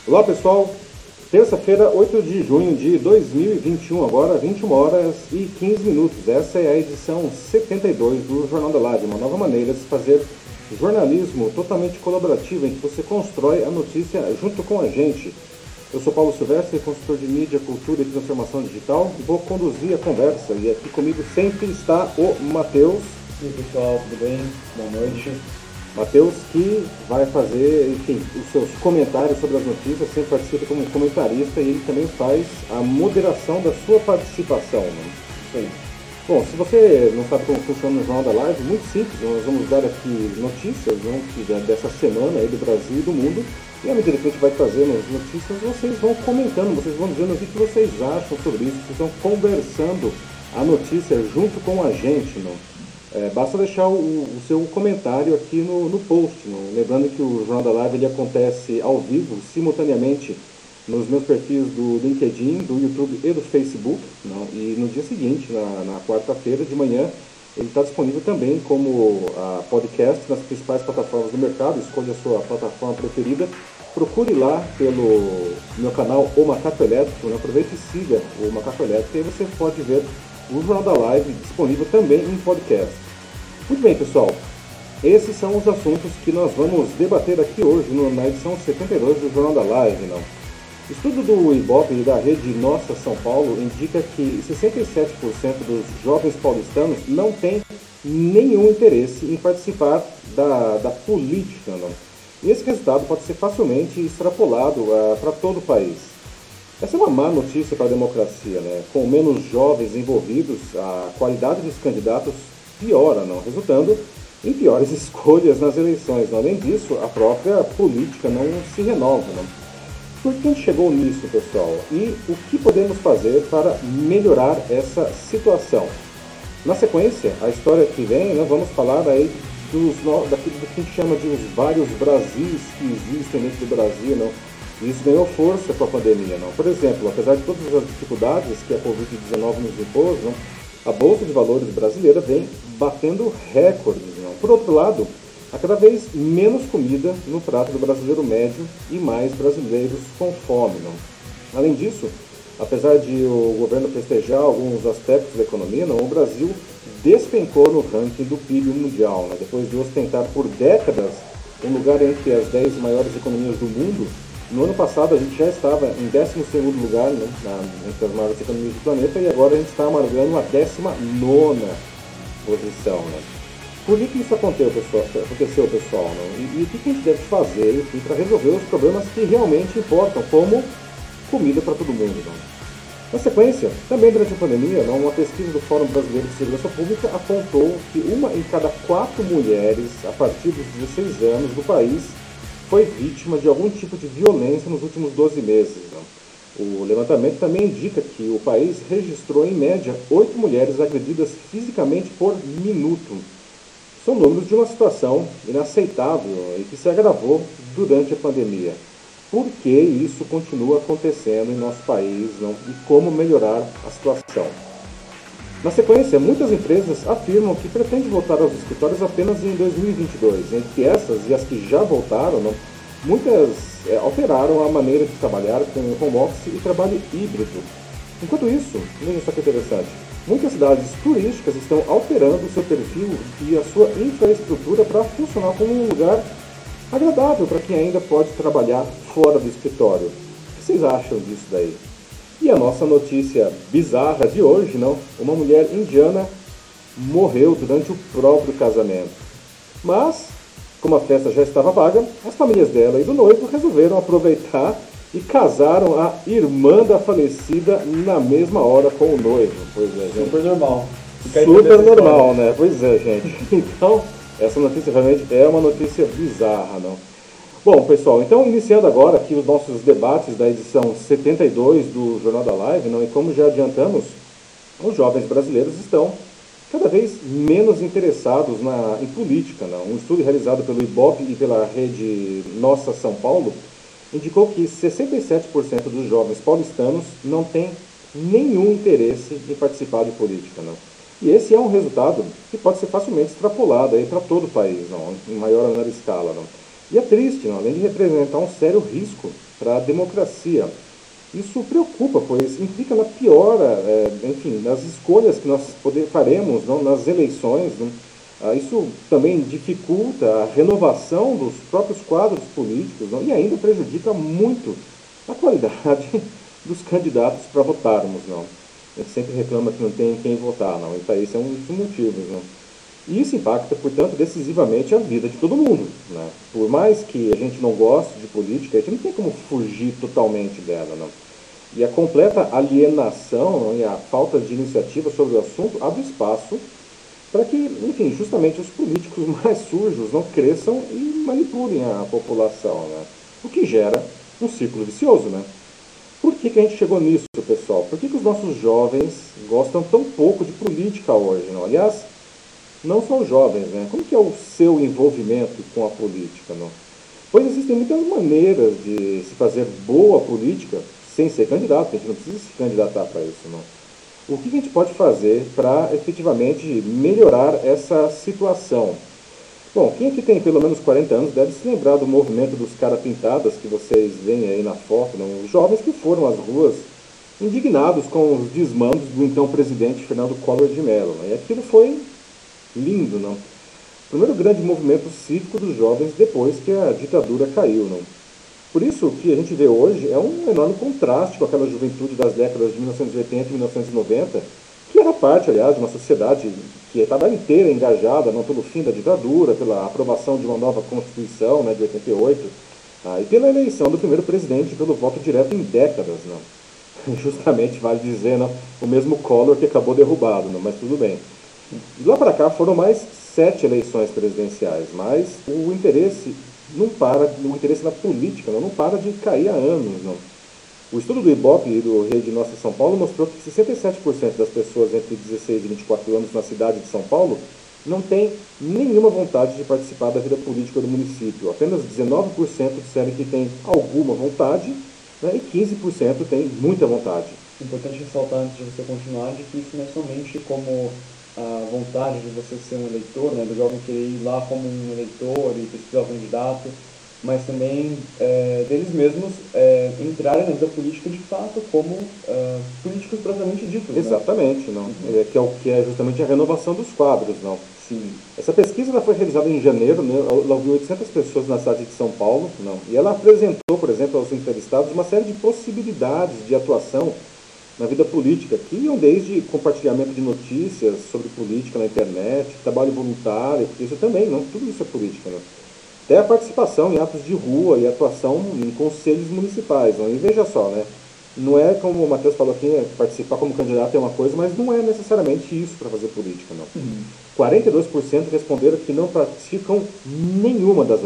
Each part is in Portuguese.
Olá pessoal, terça-feira, 8 de junho de 2021, agora 21 horas e 15 minutos. Essa é a edição 72 do Jornal da Live, uma nova maneira de se fazer jornalismo totalmente colaborativo, em que você constrói a notícia junto com a gente. Eu sou Paulo Silvestre, consultor de mídia, cultura e transformação digital, e vou conduzir a conversa. E aqui comigo sempre está o Matheus. E aí pessoal, tudo bem? Boa noite. Matheus, que vai fazer, enfim, os seus comentários sobre as notícias, sempre participa como comentarista e ele também faz a moderação da sua participação, né? Sim. Bom, se você não sabe como funciona o Jornal da Live, muito simples, nós vamos dar aqui notícias, né, dessa semana aí do Brasil e do mundo, e à medida que a gente vai trazendo as notícias, vocês vão comentando, vocês vão dizendo o que vocês acham sobre isso, vocês estão conversando a notícia junto com a gente, não? Basta deixar o seu comentário aqui no post, não? Lembrando que o Jornal da Live ele acontece ao vivo, simultaneamente, nos meus perfis do LinkedIn, do YouTube e do Facebook, não? E no dia seguinte, na quarta-feira de manhã, ele está disponível também como podcast nas principais plataformas do mercado. Escolha a sua plataforma preferida, procure lá pelo meu canal O Macaco Elétrico, né? Aproveite e siga o Macaco Elétrico, e aí você pode ver o Jornal da Live disponível também em podcast. Muito bem, pessoal, esses são os assuntos que nós vamos debater aqui hoje na edição 72 do Jornal da Live, não? Estudo do Ibope e da rede Nossa São Paulo indica que 67% dos jovens paulistanos não têm nenhum interesse em participar da política, não? E esse resultado pode ser facilmente extrapolado para todo o país. Essa é uma má notícia para a democracia, né? Com menos jovens envolvidos, a qualidade dos candidatos piora, não? Resultando em piores escolhas nas eleições. Além disso, a própria política não se renova, não? Por que a gente chegou nisso, pessoal? E o que podemos fazer para melhorar essa situação? Na sequência, a história que vem, nós vamos falar aí daquilo que a gente chama de os vários Brasis que existem dentro do Brasil, não? E isso ganhou força com a pandemia, não? Por exemplo, apesar de todas as dificuldades que a Covid-19 nos impôs, não? A Bolsa de Valores brasileira vem batendo recordes, não? Por outro lado, há cada vez menos comida no prato do brasileiro médio e mais brasileiros com fome, não? Além disso, apesar de o governo festejar alguns aspectos da economia, não, o Brasil despencou no ranking do PIB mundial, né? Depois de ostentar por décadas um lugar entre as 10 maiores economias do mundo. No ano passado a gente já estava em 12º lugar, né, entre as maiores economias do planeta, e agora a gente está amargando a 19ª posição, né? Por que isso aconteceu, pessoal? Né? E o que a gente deve fazer para resolver os problemas que realmente importam, como comida para todo mundo, né? Na sequência, também durante a pandemia, né, uma pesquisa do Fórum Brasileiro de Segurança Pública apontou que 1 em cada 4 mulheres a partir dos 16 anos do país foi vítima de algum tipo de violência nos últimos 12 meses. Né? O levantamento também indica que o país registrou, em média, 8 mulheres agredidas fisicamente por minuto. São números de uma situação inaceitável e que se agravou durante a pandemia. Por que isso continua acontecendo em nosso país, não? E como melhorar a situação? Na sequência, muitas empresas afirmam que pretendem voltar aos escritórios apenas em 2022. Entre essas e as que já voltaram, não, muitas alteraram a maneira de trabalhar com home office e trabalho híbrido. Enquanto isso, veja só que interessante, muitas cidades turísticas estão alterando o seu perfil e a sua infraestrutura para funcionar como um lugar agradável para quem ainda pode trabalhar fora do escritório. O que vocês acham disso daí? E a nossa notícia bizarra de hoje, não? Uma mulher indiana morreu durante o próprio casamento. Mas, como a festa já estava paga, as famílias dela e do noivo resolveram aproveitar e casaram a irmã da falecida na mesma hora com o noivo. Pois é, gente. Super normal. Super normal, né? Pois é, gente. Então, essa notícia realmente é uma notícia bizarra, não? Bom, pessoal, então iniciando agora aqui os nossos debates da edição 72 do Jornal da Live, não? E como já adiantamos, os jovens brasileiros estão cada vez menos interessados em política, não? Um estudo realizado pelo Ibope e pela rede Nossa São Paulo indicou que 67% dos jovens paulistanos não têm nenhum interesse em participar de política, não? E esse é um resultado que pode ser facilmente extrapolado para todo o país, não? Em maior ou menor escala, não? E é triste, não? Além de representar um sério risco para a democracia. Isso preocupa, pois implica na piora, nas escolhas que nós faremos, não, nas eleições. Não. Isso também dificulta a renovação dos próprios quadros políticos, não, e ainda prejudica muito a qualidade dos candidatos para votarmos. Não. A gente sempre reclama que não tem quem votar, não. Então, esse é um dos motivos. Não. E isso impacta, portanto, decisivamente a vida de todo mundo. Né? Por mais que a gente não goste de política, a gente não tem como fugir totalmente dela. Não? E a completa alienação, não? E a falta de iniciativa sobre o assunto abre espaço para que, enfim, justamente os políticos mais sujos não cresçam e manipulem a população. Né? O que gera um círculo vicioso. Né? Por que a gente chegou nisso, pessoal? Por que os nossos jovens gostam tão pouco de política hoje? Não? Aliás, não são jovens, né? Como que é o seu envolvimento com a política, não? Pois existem muitas maneiras de se fazer boa política sem ser candidato, a gente não precisa se candidatar para isso, não. O que a gente pode fazer para efetivamente melhorar essa situação? Bom, quem aqui tem pelo menos 40 anos deve se lembrar do movimento dos caras pintadas que vocês veem aí na foto, não? Os jovens que foram às ruas indignados com os desmandos do então presidente Fernando Collor de Mello, né? E aquilo foi lindo, não? O primeiro grande movimento cívico dos jovens depois que a ditadura caiu, não? Por isso, o que a gente vê hoje é um enorme contraste com aquela juventude das décadas de 1980 e 1990, que era parte, aliás, de uma sociedade que estava inteira engajada não pelo fim da ditadura, pela aprovação de uma nova Constituição, né, de 88, e pela eleição do primeiro presidente pelo voto direto em décadas, não? Justamente, vale dizer, não, o mesmo Collor que acabou derrubado, não, mas tudo bem. De lá para cá foram mais 7 eleições presidenciais, mas o interesse não para, o interesse na política não para de cair há anos. Não. O estudo do Ibope e do Rede Nossa São Paulo mostrou que 67% das pessoas entre 16 e 24 anos na cidade de São Paulo não tem nenhuma vontade de participar da vida política do município. Apenas 19% disseram que tem alguma vontade, né, e 15% tem muita vontade. Importante ressaltar antes de você continuar de que isso não é somente como a vontade de você ser um eleitor, né, do jovem querer ir lá como um eleitor e pesquisar o candidato, mas também deles mesmos entrarem na vida política de fato como políticos propriamente ditos. Exatamente, né? não. Que é justamente a renovação dos quadros, não. Sim. Essa pesquisa ela foi realizada em janeiro, né, ela ouviu 800 pessoas na cidade de São Paulo, não. E ela apresentou, por exemplo, aos entrevistados uma série de possibilidades de atuação na vida política, que iam desde compartilhamento de notícias sobre política na internet, trabalho voluntário, porque isso também, não, tudo isso é política, né? Até a participação em atos de rua e atuação em conselhos municipais, não? E veja só, né? Não é como o Matheus falou aqui, participar como candidato é uma coisa, mas não é necessariamente isso para fazer política, não. 42% responderam que não praticam nenhuma das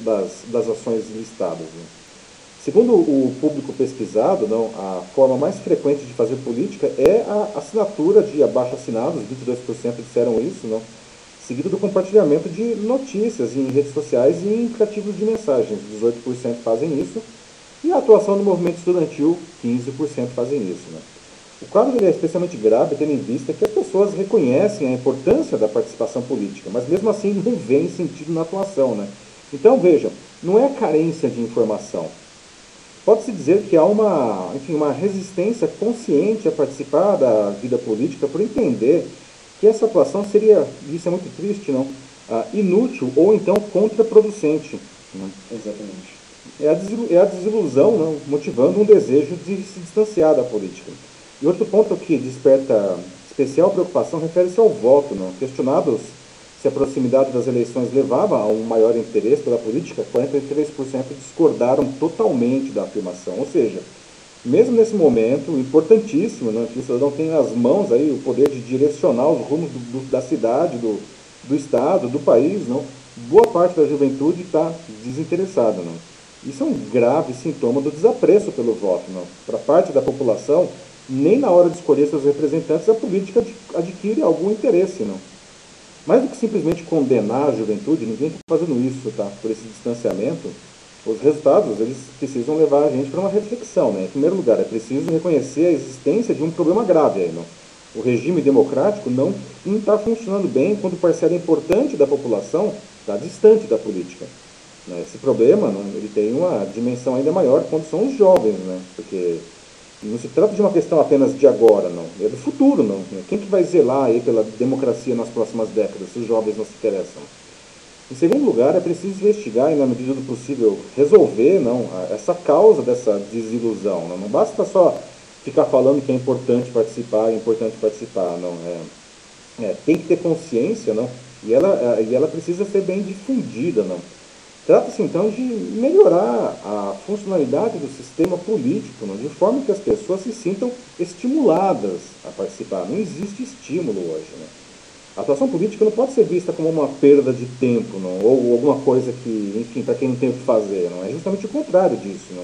ações listadas, né? Segundo o público pesquisado, não, a forma mais frequente de fazer política é a assinatura de abaixo-assinados, 22% disseram isso, não, seguido do compartilhamento de notícias em redes sociais e em aplicativos de mensagens, 18% fazem isso, e a atuação no movimento estudantil, 15% fazem isso. Né. O quadro é especialmente grave, tendo em vista que as pessoas reconhecem a importância da participação política, mas mesmo assim não veem sentido na atuação. Né. Então, vejam, não é a carência de informação. Pode-se dizer que há uma resistência consciente a participar da vida política por entender que essa atuação seria, isso é muito triste, não, inútil ou então contraproducente. Né? Exatamente. É a desilusão, não, motivando um desejo de se distanciar da política. E outro ponto que desperta especial preocupação refere-se ao voto. Não? Questionados se a proximidade das eleições levava a um maior interesse pela política, 43% discordaram totalmente da afirmação. Ou seja, mesmo nesse momento importantíssimo, né, que o cidadão tem nas mãos aí o poder de direcionar os rumos da cidade, do estado, do país, não, boa parte da juventude está desinteressada. Não. Isso é um grave sintoma do desapreço pelo voto. Para parte da população, nem na hora de escolher seus representantes a política adquire algum interesse. Não. Mais do que simplesmente condenar a juventude, ninguém está fazendo isso, tá? Por esse distanciamento, os resultados eles precisam levar a gente para uma reflexão. Né? Em primeiro lugar, é preciso reconhecer a existência de um problema grave aí. Não? O regime democrático não está funcionando bem quando parcela importante da população está distante da política. né? Esse problema, né, ele tem uma dimensão ainda maior quando são os jovens, né? Porque não se trata de uma questão apenas de agora, não. É do futuro, não. Quem que vai zelar aí pela democracia nas próximas décadas, se os jovens não se interessam? Em segundo lugar, é preciso investigar e, na medida do possível, resolver não, essa causa dessa desilusão. Não basta só ficar falando que é importante participar, não. Tem que ter consciência, não, e ela precisa ser bem difundida, não. Trata-se então de melhorar a funcionalidade do sistema político, não, de forma que as pessoas se sintam estimuladas a participar. Não existe estímulo hoje, né? A atuação política não pode ser vista como uma perda de tempo, não, ou alguma coisa que, enfim, para quem não tem o que fazer, não. É justamente o contrário disso, não.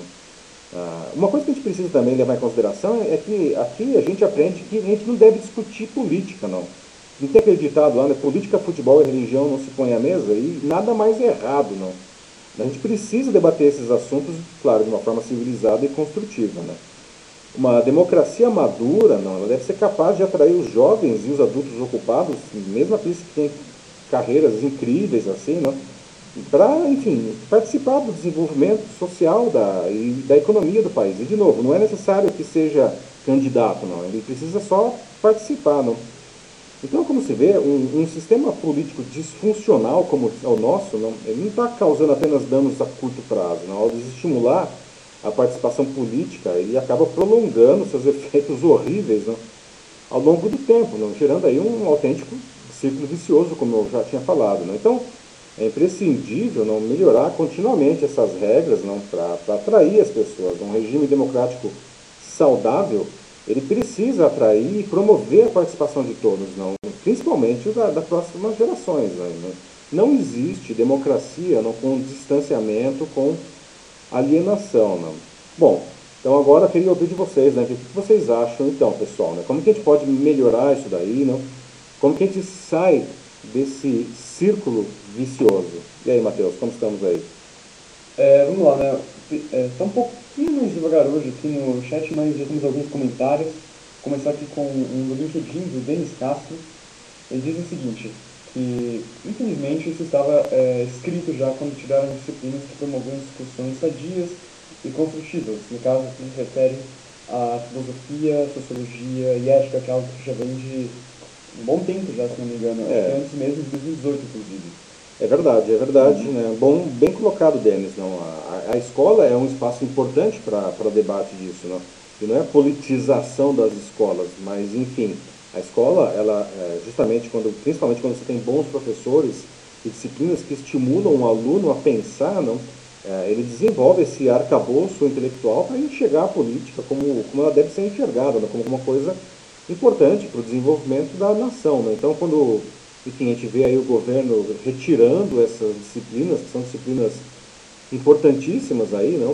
Uma coisa que a gente precisa também levar em consideração é que aqui a gente aprende que a gente não deve discutir política, não. Não tem aquele ditado lá, né? Política, futebol e religião não se põem à mesa, e nada mais errado, não. A gente precisa debater esses assuntos, claro, de uma forma civilizada e construtiva, né? Uma democracia madura, não, ela deve ser capaz de atrair os jovens e os adultos ocupados, mesmo aqueles que têm carreiras incríveis assim, não, para, enfim, participar do desenvolvimento social e da economia do país. E, de novo, não é necessário que seja candidato, não, ele precisa só participar, não. Então, como se vê, um sistema político disfuncional como é o nosso, não, ele não está causando apenas danos a curto prazo. Não, ao desestimular a participação política, ele acaba prolongando seus efeitos horríveis, não, ao longo do tempo, não, gerando aí um autêntico círculo vicioso, como eu já tinha falado. Não. Então, é imprescindível não, melhorar continuamente essas regras para atrair as pessoas. Um regime democrático saudável, ele precisa atrair e promover a participação de todos, não, principalmente das próximas gerações. Né? Não existe democracia não, com distanciamento, com alienação. Não. Bom, então agora eu queria ouvir de vocês, né? O que vocês acham então, pessoal? Né? Como que a gente pode melhorar isso daí? Não? Como que a gente sai desse círculo vicioso? E aí, Matheus, como estamos aí? Vamos lá, né? Tá um pouquinho mais devagar hoje aqui no chat, mas já temos alguns comentários. Vou começar aqui com um do LinkedIn, do Denis Castro. Ele diz o seguinte, que infelizmente isso estava escrito já quando tiraram disciplinas que promoviam discussões sadias e construtivas. No caso, que se refere à filosofia, sociologia e ética, que é algo que já vem de um bom tempo já, se não me engano. Acho que antes mesmo de 2018, inclusive. É verdade, né? Bom, bem colocado, Denis. Não, a escola é um espaço importante para debate disso, não? E não é a politização das escolas, mas enfim, a escola, ela justamente principalmente quando você tem bons professores e disciplinas que estimulam o aluno a pensar, não? Ele desenvolve esse arcabouço intelectual para enxergar a política como ela deve ser enxergada, não? Como uma coisa importante para o desenvolvimento da nação, né? Então, quando enfim, a gente vê aí o governo retirando essas disciplinas, que são disciplinas importantíssimas aí, não,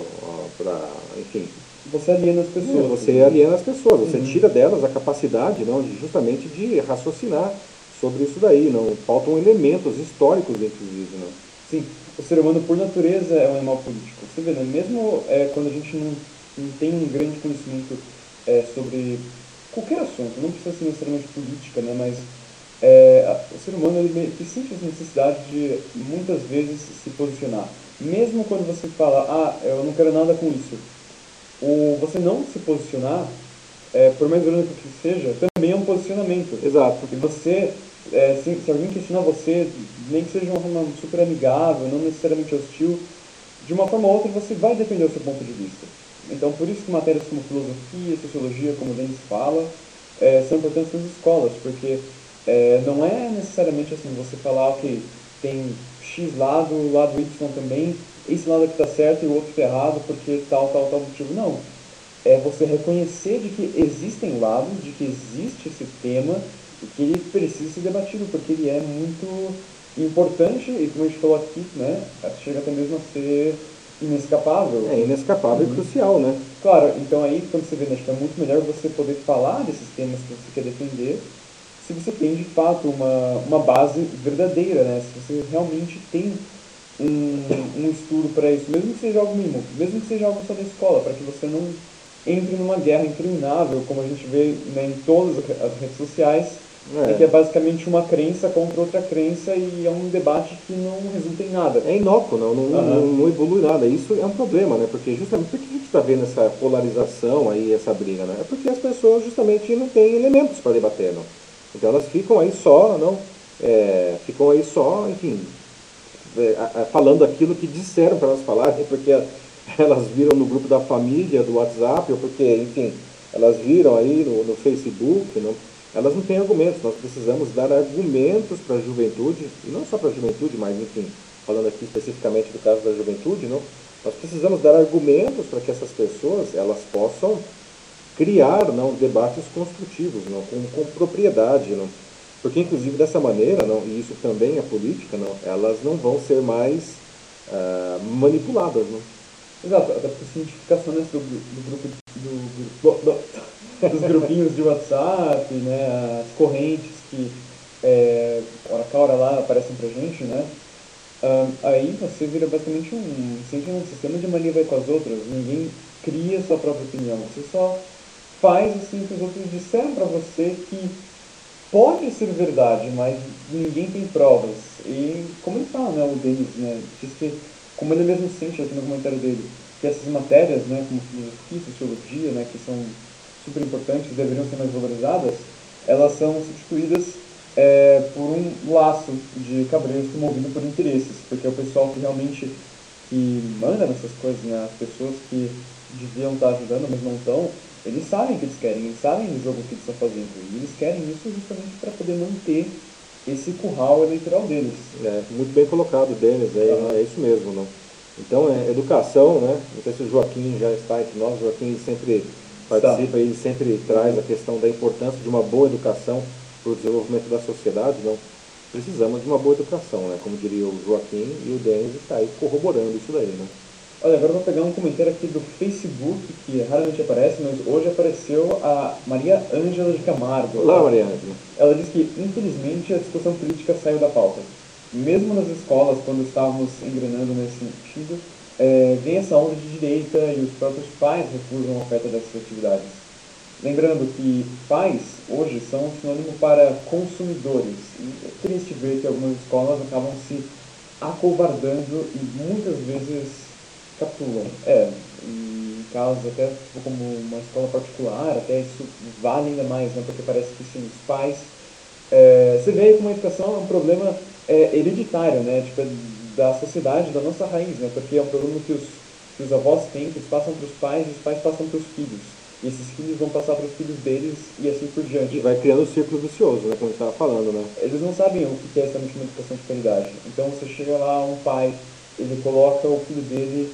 enfim. Você aliena as pessoas. Você aliena as pessoas, você tira delas a capacidade, não, justamente de raciocinar sobre isso daí, não. Faltam elementos históricos, inclusive, não. Sim, o ser humano por natureza é um animal político. Você vê, né? Mesmo quando a gente não tem um grande conhecimento sobre qualquer assunto, não precisa ser necessariamente política, né? Mas o ser humano ele sente essa necessidade de muitas vezes se posicionar. Mesmo quando você fala, eu não quero nada com isso. Você não se posicionar, por mais violento que seja, também é um posicionamento. Exato. E você, se alguém questionar você, nem que seja de uma forma super amigável, não necessariamente hostil, de uma forma ou outra você vai defender o seu ponto de vista. Então, por isso que matérias como filosofia, sociologia, como o Denis fala, são importantes nas escolas, porque não é necessariamente assim, você falar, ok, tem X lado, o lado Y também, esse lado aqui está certo e o outro está errado porque tal motivo. Não. É você reconhecer de que existem lados, de que existe esse tema e que ele precisa ser debatido, porque ele é muito importante e, como a gente falou aqui, né, chega até mesmo a ser inescapável. É inescapável e crucial, né? Claro, então aí, quando você vê, né, acho que é muito melhor você poder falar desses temas que você quer defender, se você tem de fato uma base verdadeira, né? Se você realmente tem um estudo para isso, mesmo que seja algo mínimo, mesmo que seja algo só da escola, para que você não entre numa guerra interminável, como a gente vê, né, em todas as redes sociais, É que é basicamente uma crença contra outra crença e é um debate que não resulta em nada. É inócuo, não evolui nada. Isso é um problema, né? Porque justamente por que a gente está vendo essa polarização aí, essa briga, né? É porque as pessoas justamente não têm elementos para debater, não. Então elas ficam aí só, não, ficam aí só, enfim, falando aquilo que disseram para elas falarem, porque elas viram no grupo da família, do WhatsApp, ou porque, enfim, elas viram aí no Facebook, não, elas não têm argumentos. Nós precisamos dar argumentos para a juventude, e não só para a juventude, mas, enfim, falando aqui especificamente do caso da juventude, não, nós precisamos dar argumentos para que essas pessoas elas possam criar não, debates construtivos, não, com propriedade, não, porque inclusive dessa maneira, não, e isso também é política, não, elas não vão ser mais manipuladas. Não. Exato, até porque se a gente ficar só nesse do grupo dos grupinhos de WhatsApp, né, as correntes que hora cá, hora lá aparecem pra gente, né? Aí você vira basicamente um sistema de mania vai com as outras, ninguém cria sua própria opinião, você só faz assim o que os outros disseram pra você que pode ser verdade, mas ninguém tem provas. E como ele fala, né, o Denis, né, diz que, como ele mesmo sente aqui no comentário dele, que essas matérias, né, como filosofia, sociologia, né, que são super importantes e deveriam ser mais valorizadas, elas são substituídas por um laço de cabresto movido por interesses, porque é o pessoal que realmente que manda nessas coisas, né, as pessoas que deviam estar ajudando, mas não estão, eles sabem o que eles querem, eles sabem o jogo que eles estão fazendo, e eles querem isso justamente para poder manter esse curral eleitoral deles. Muito bem colocado, Denis, é isso mesmo. Não. Então, educação, né? Não sei se o Joaquim já está entre nós, o Joaquim sempre participa, ele sempre traz a questão da importância de uma boa educação para o desenvolvimento da sociedade. Não. Precisamos de uma boa educação, né? Como diria o Joaquim, e o Denis está aí corroborando isso daí. Né? Olha, agora eu vou pegar um comentário aqui do Facebook, que raramente aparece, mas hoje apareceu a Maria Ângela de Camargo. Olá, Maria Ângela. Ela diz que, infelizmente, a discussão política saiu da pauta. Mesmo nas escolas, quando estávamos engrenando nesse sentido, vem essa onda de direita e os próprios pais recusam a oferta dessas atividades. Lembrando que pais, hoje, são um sinônimo para consumidores. E é triste ver que algumas escolas acabam se acovardando e muitas vezes capitulam. Em casos até tipo, como uma escola particular, até isso vale ainda mais, né? Porque parece que sim, os pais. Você vê como a educação é um problema hereditário, né? Tipo, da sociedade, da nossa raiz, né? Porque é um problema que os avós têm, que eles passam para os pais e os pais passam para os filhos. E esses filhos vão passar para os filhos deles e assim por diante. E vai criando um círculo vicioso, né? Como você estava falando, né? Eles não sabem o que é exatamente uma educação de qualidade. Então você chega lá, um pai, ele coloca o filho dele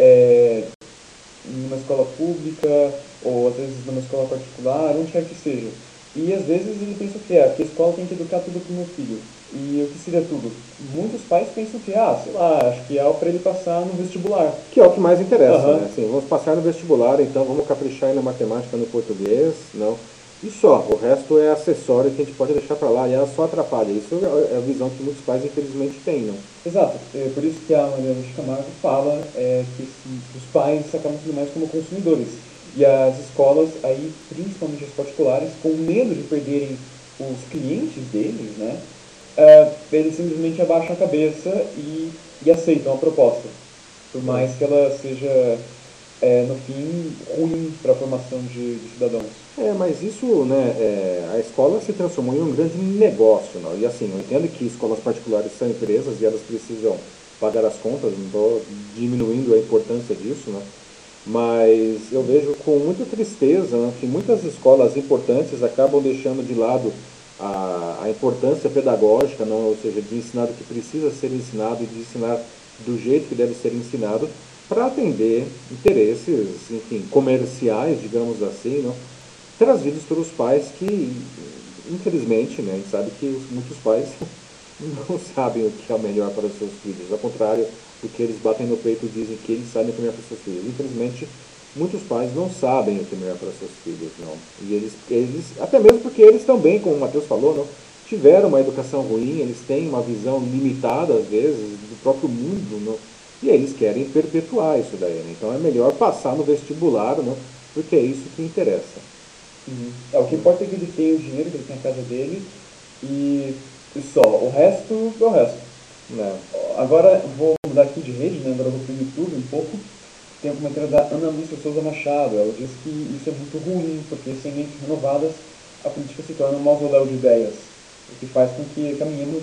numa escola pública, ou às vezes numa escola particular, onde quer que seja. E às vezes ele pensa que a escola tem que educar tudo para o meu filho. E o que seria tudo? Muitos pais pensam que, sei lá, acho que é para ele passar no vestibular. Que é o que mais interessa, né? Assim, vamos passar no vestibular, então vamos caprichar aí na matemática, no português, não. E só, o resto é acessório que a gente pode deixar para lá e ela só atrapalha. Isso é a visão que muitos pais infelizmente têm, não? Exato, por isso que a Mariana de Camargo fala que os pais acabam sendo mais como consumidores. E as escolas, aí, principalmente as particulares, com medo de perderem os clientes deles, né, eles simplesmente abaixam a cabeça e aceitam a proposta. Por mais que ela seja, no fim, ruim para a formação de cidadãos. Mas isso, né, a escola se transformou em um grande negócio, não? E assim, eu entendo que escolas particulares são empresas e elas precisam pagar as contas, não estou diminuindo a importância disso, né? Mas eu vejo com muita tristeza, né, que muitas escolas importantes acabam deixando de lado a importância pedagógica, não? Ou seja, de ensinar o que precisa ser ensinado e de ensinar do jeito que deve ser ensinado para atender interesses, enfim, comerciais, digamos assim, não? Trazidos pelos pais que, infelizmente, né, a gente sabe que muitos pais não sabem o que é o melhor para os seus filhos, ao contrário do que eles batem no peito e dizem que eles sabem o que é melhor para os seus filhos. Infelizmente, muitos pais não sabem o que é melhor para os seus filhos, não. E eles até mesmo porque eles também, como o Matheus falou, não, tiveram uma educação ruim, eles têm uma visão limitada, às vezes, do próprio mundo, não, e eles querem perpetuar isso daí. Né? Então é melhor passar no vestibular, não, porque é isso que interessa. O que importa é que ele tem o dinheiro, que ele tem a casa dele, e só. O resto é o resto. Não. Agora vou mudar aqui de rede, né? Agora eu vou para o YouTube um pouco. Tem um comentário da Ana Lúcia Souza Machado. Ela diz que isso é muito ruim, porque sem mentes renovadas, a política se torna um mausoléu de ideias, o que faz com que caminhemos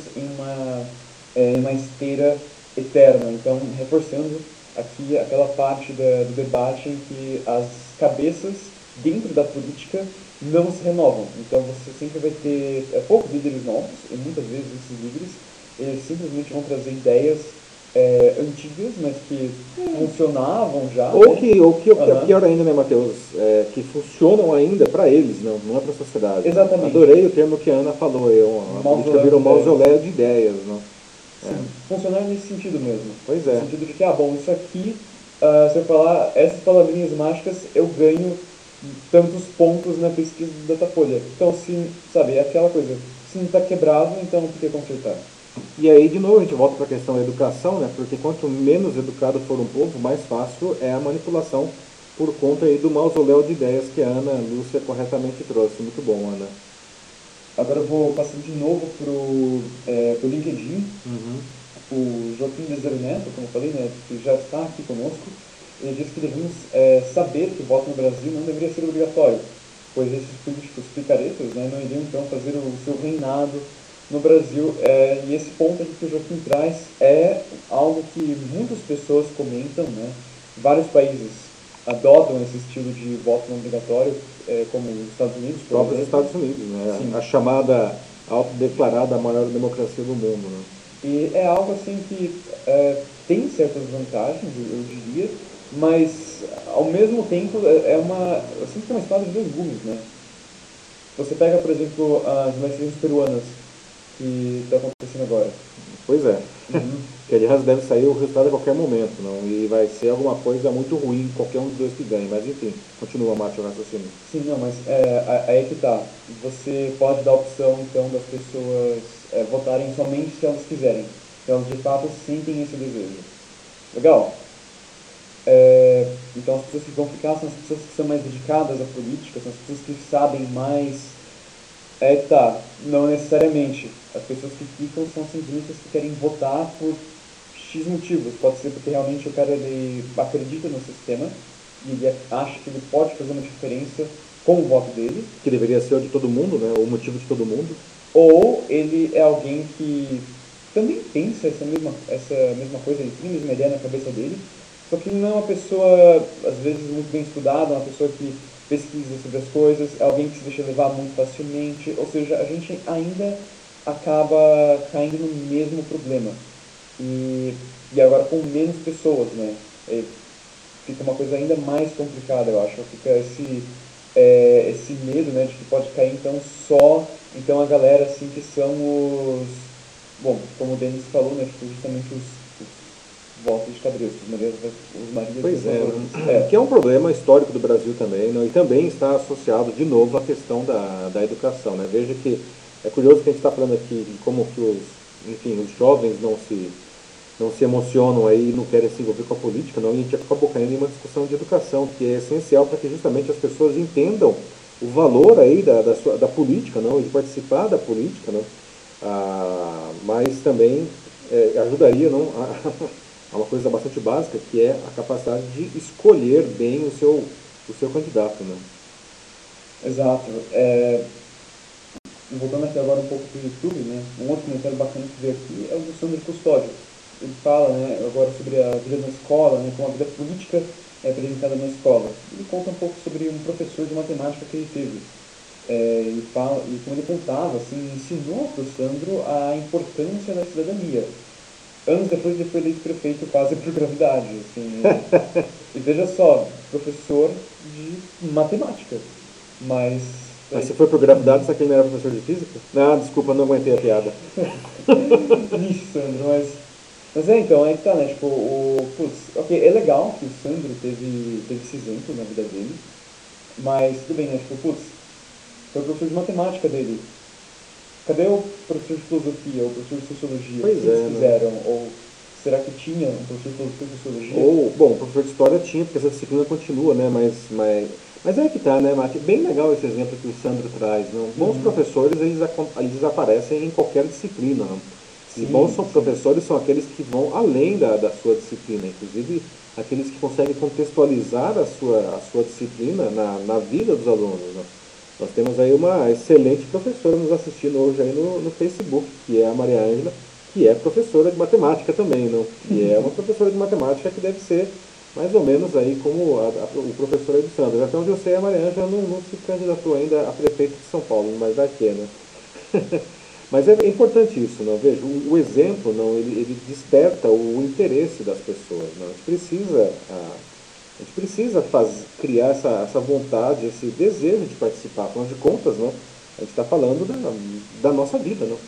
em uma esteira eterna. Então, reforçando aqui aquela parte do debate em que as cabeças dentro da política não se renovam. Então, você sempre vai ter poucos líderes novos, e muitas vezes esses líderes eles simplesmente vão trazer ideias antigas, mas que funcionavam já. Ou né? que é pior ainda, né, Matheus? Que funcionam ainda para eles, não é para a sociedade. Exatamente. Adorei o termo que a Ana falou. A política virou um mausoléu de ideias. Não? Sim, funcionar nesse sentido mesmo. Pois é. No sentido de que, isso aqui, se eu falar essas palavrinhas mágicas, eu ganho tantos pontos na pesquisa do Datafolha. Então, sabe, é aquela coisa, se não está quebrado, então por que consertar? E aí, de novo, a gente volta para a questão da educação, né? Porque quanto menos educado for um povo, mais fácil é a manipulação por conta aí do mausoléu de ideias que a Ana Lúcia corretamente trouxe. Muito bom, Ana. Agora eu vou passar de novo pro LinkedIn. O Joaquim Bezerra Neto, como eu falei, né, que já está aqui conosco, ele diz que devemos saber que o voto no Brasil não deveria ser obrigatório, pois esses políticos picaretas, né, não iriam então fazer o seu reinado no Brasil. E esse ponto aqui que o Joaquim traz é algo que muitas pessoas comentam, né? Vários países adotam esse estilo de voto não obrigatório, como os Estados Unidos, Os próprios Estados Unidos, né? Sim. A chamada autodeclarada maior democracia do mundo, né? E é algo assim que tem certas vantagens, eu diria, mas ao mesmo tempo eu sinto que é uma espada de dois gumes, né? Você pega, por exemplo, as eleições peruanas que está acontecendo agora. Pois é. Uhum. Que aliás deve sair o resultado a qualquer momento, não? E vai ser alguma coisa muito ruim, qualquer um dos dois que ganhe. Mas enfim, continua, Márcio, o raciocínio. Sim, não, mas aí que tá. Você pode dar a opção, então, das pessoas votarem somente se elas quiserem. Se elas de fato sentem esse desejo. Legal? Então as pessoas que vão ficar são as pessoas que são mais dedicadas à política, são as pessoas que sabem mais. Não necessariamente. As pessoas que ficam são simplesmente as que querem votar por X motivos. Pode ser porque realmente o cara ele acredita no sistema e ele acha que ele pode fazer uma diferença com o voto dele. Que deveria ser o de todo mundo, né? O motivo de todo mundo. Ou ele é alguém que também pensa essa mesma coisa, ele tem a mesma ideia na cabeça dele, só que não é uma pessoa, às vezes, muito bem estudada, uma pessoa que pesquisa sobre as coisas, é alguém que se deixa levar muito facilmente, ou seja, a gente ainda acaba caindo no mesmo problema. E agora com menos pessoas, né? Fica uma coisa ainda mais complicada, eu acho. Fica esse medo, né, de que pode cair então a galera assim que são bom, como o Denis falou, né, justamente os votos de cabresto, os Marias Pois que é um problema histórico do Brasil também, não? E também está associado de novo à questão da educação, né? Veja que é curioso que a gente está falando aqui de como que os jovens não se emocionam aí e não querem se envolver com a política, não, e a gente acabou caindo em uma discussão de educação, que é essencial para que justamente as pessoas entendam o valor aí da política, não, de participar da política, não, mas também ajudaria, não, a uma coisa bastante básica, que é a capacidade de escolher bem o seu candidato, não. Exato. Voltando aqui agora um pouco para o YouTube, né, um outro comentário bacana que veio aqui é o do Sandro Custódio. Ele fala, né, agora sobre a vida na escola, né, como a vida política é apresentada na escola. Ele conta um pouco sobre um professor de matemática que ele teve. E como ele contava, assim, ensinou para o Sandro a importância da cidadania. Anos depois ele foi eleito prefeito quase por gravidade. Assim, e veja só, professor de matemática. Mas se foi por gravidade, sabe que ele não era professor de física? Não, desculpa, não aguentei a piada. Ixi, Sandro, mas então, aí que tá, né, tipo, é legal que o Sandro teve esse exemplo na vida dele, mas tudo bem, né, tipo, foi o professor de matemática dele. Cadê o professor de filosofia, ou o professor de sociologia? Pois o que eles fizeram? Né? Ou será que tinha um professor de filosofia e sociologia? Bom, o professor de história tinha, porque essa disciplina continua, né, mas Mas é que tá, né, Mati? Bem legal esse exemplo que o Sandro traz, não? Bons professores, eles aparecem em qualquer disciplina, não? E bons Sim, sim. professores são aqueles que vão além da sua disciplina, inclusive aqueles que conseguem contextualizar a sua disciplina na vida dos alunos, não? Nós temos aí uma excelente professora nos assistindo hoje aí no Facebook, que é a Maria Ângela, que é professora de matemática também, não? E é uma professora de matemática que deve ser mais ou menos aí como o professor aí do Sandro. Até onde eu sei, a Maria Ângela não se candidatou ainda a prefeito de São Paulo, mas vai que é, né? Mas é importante isso, não? Veja, o exemplo, não, ele desperta o interesse das pessoas, não? A gente precisa criar essa vontade, esse desejo de participar. Afinal de contas, não? A gente está falando da nossa vida, não?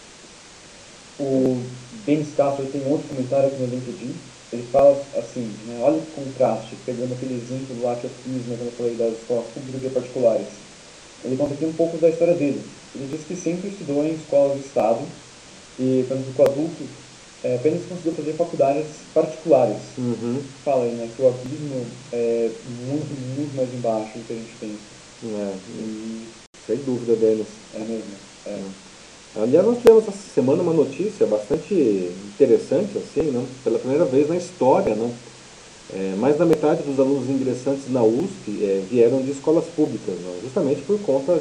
O Denis Castro tem outro comentário aqui no LinkedIn. Ele fala assim, né, olha que contraste, pegando aquele exemplo lá que eu fiz, né, quando eu falei das escolas públicas e particulares. Ele conta aqui um pouco da história dele. Ele diz que sempre estudou em escolas de Estado e, quando ficou adulto, apenas conseguiu fazer faculdades particulares. Uhum. Fala aí, né, que o abismo é muito, muito mais embaixo do que a gente pensa. É, E sem dúvida, Denis. é mesmo, é. Aliás, nós tivemos essa semana uma notícia bastante interessante, assim, não? Pela primeira vez na história, não? Mais da metade dos alunos ingressantes na USP vieram de escolas públicas, não? Justamente por conta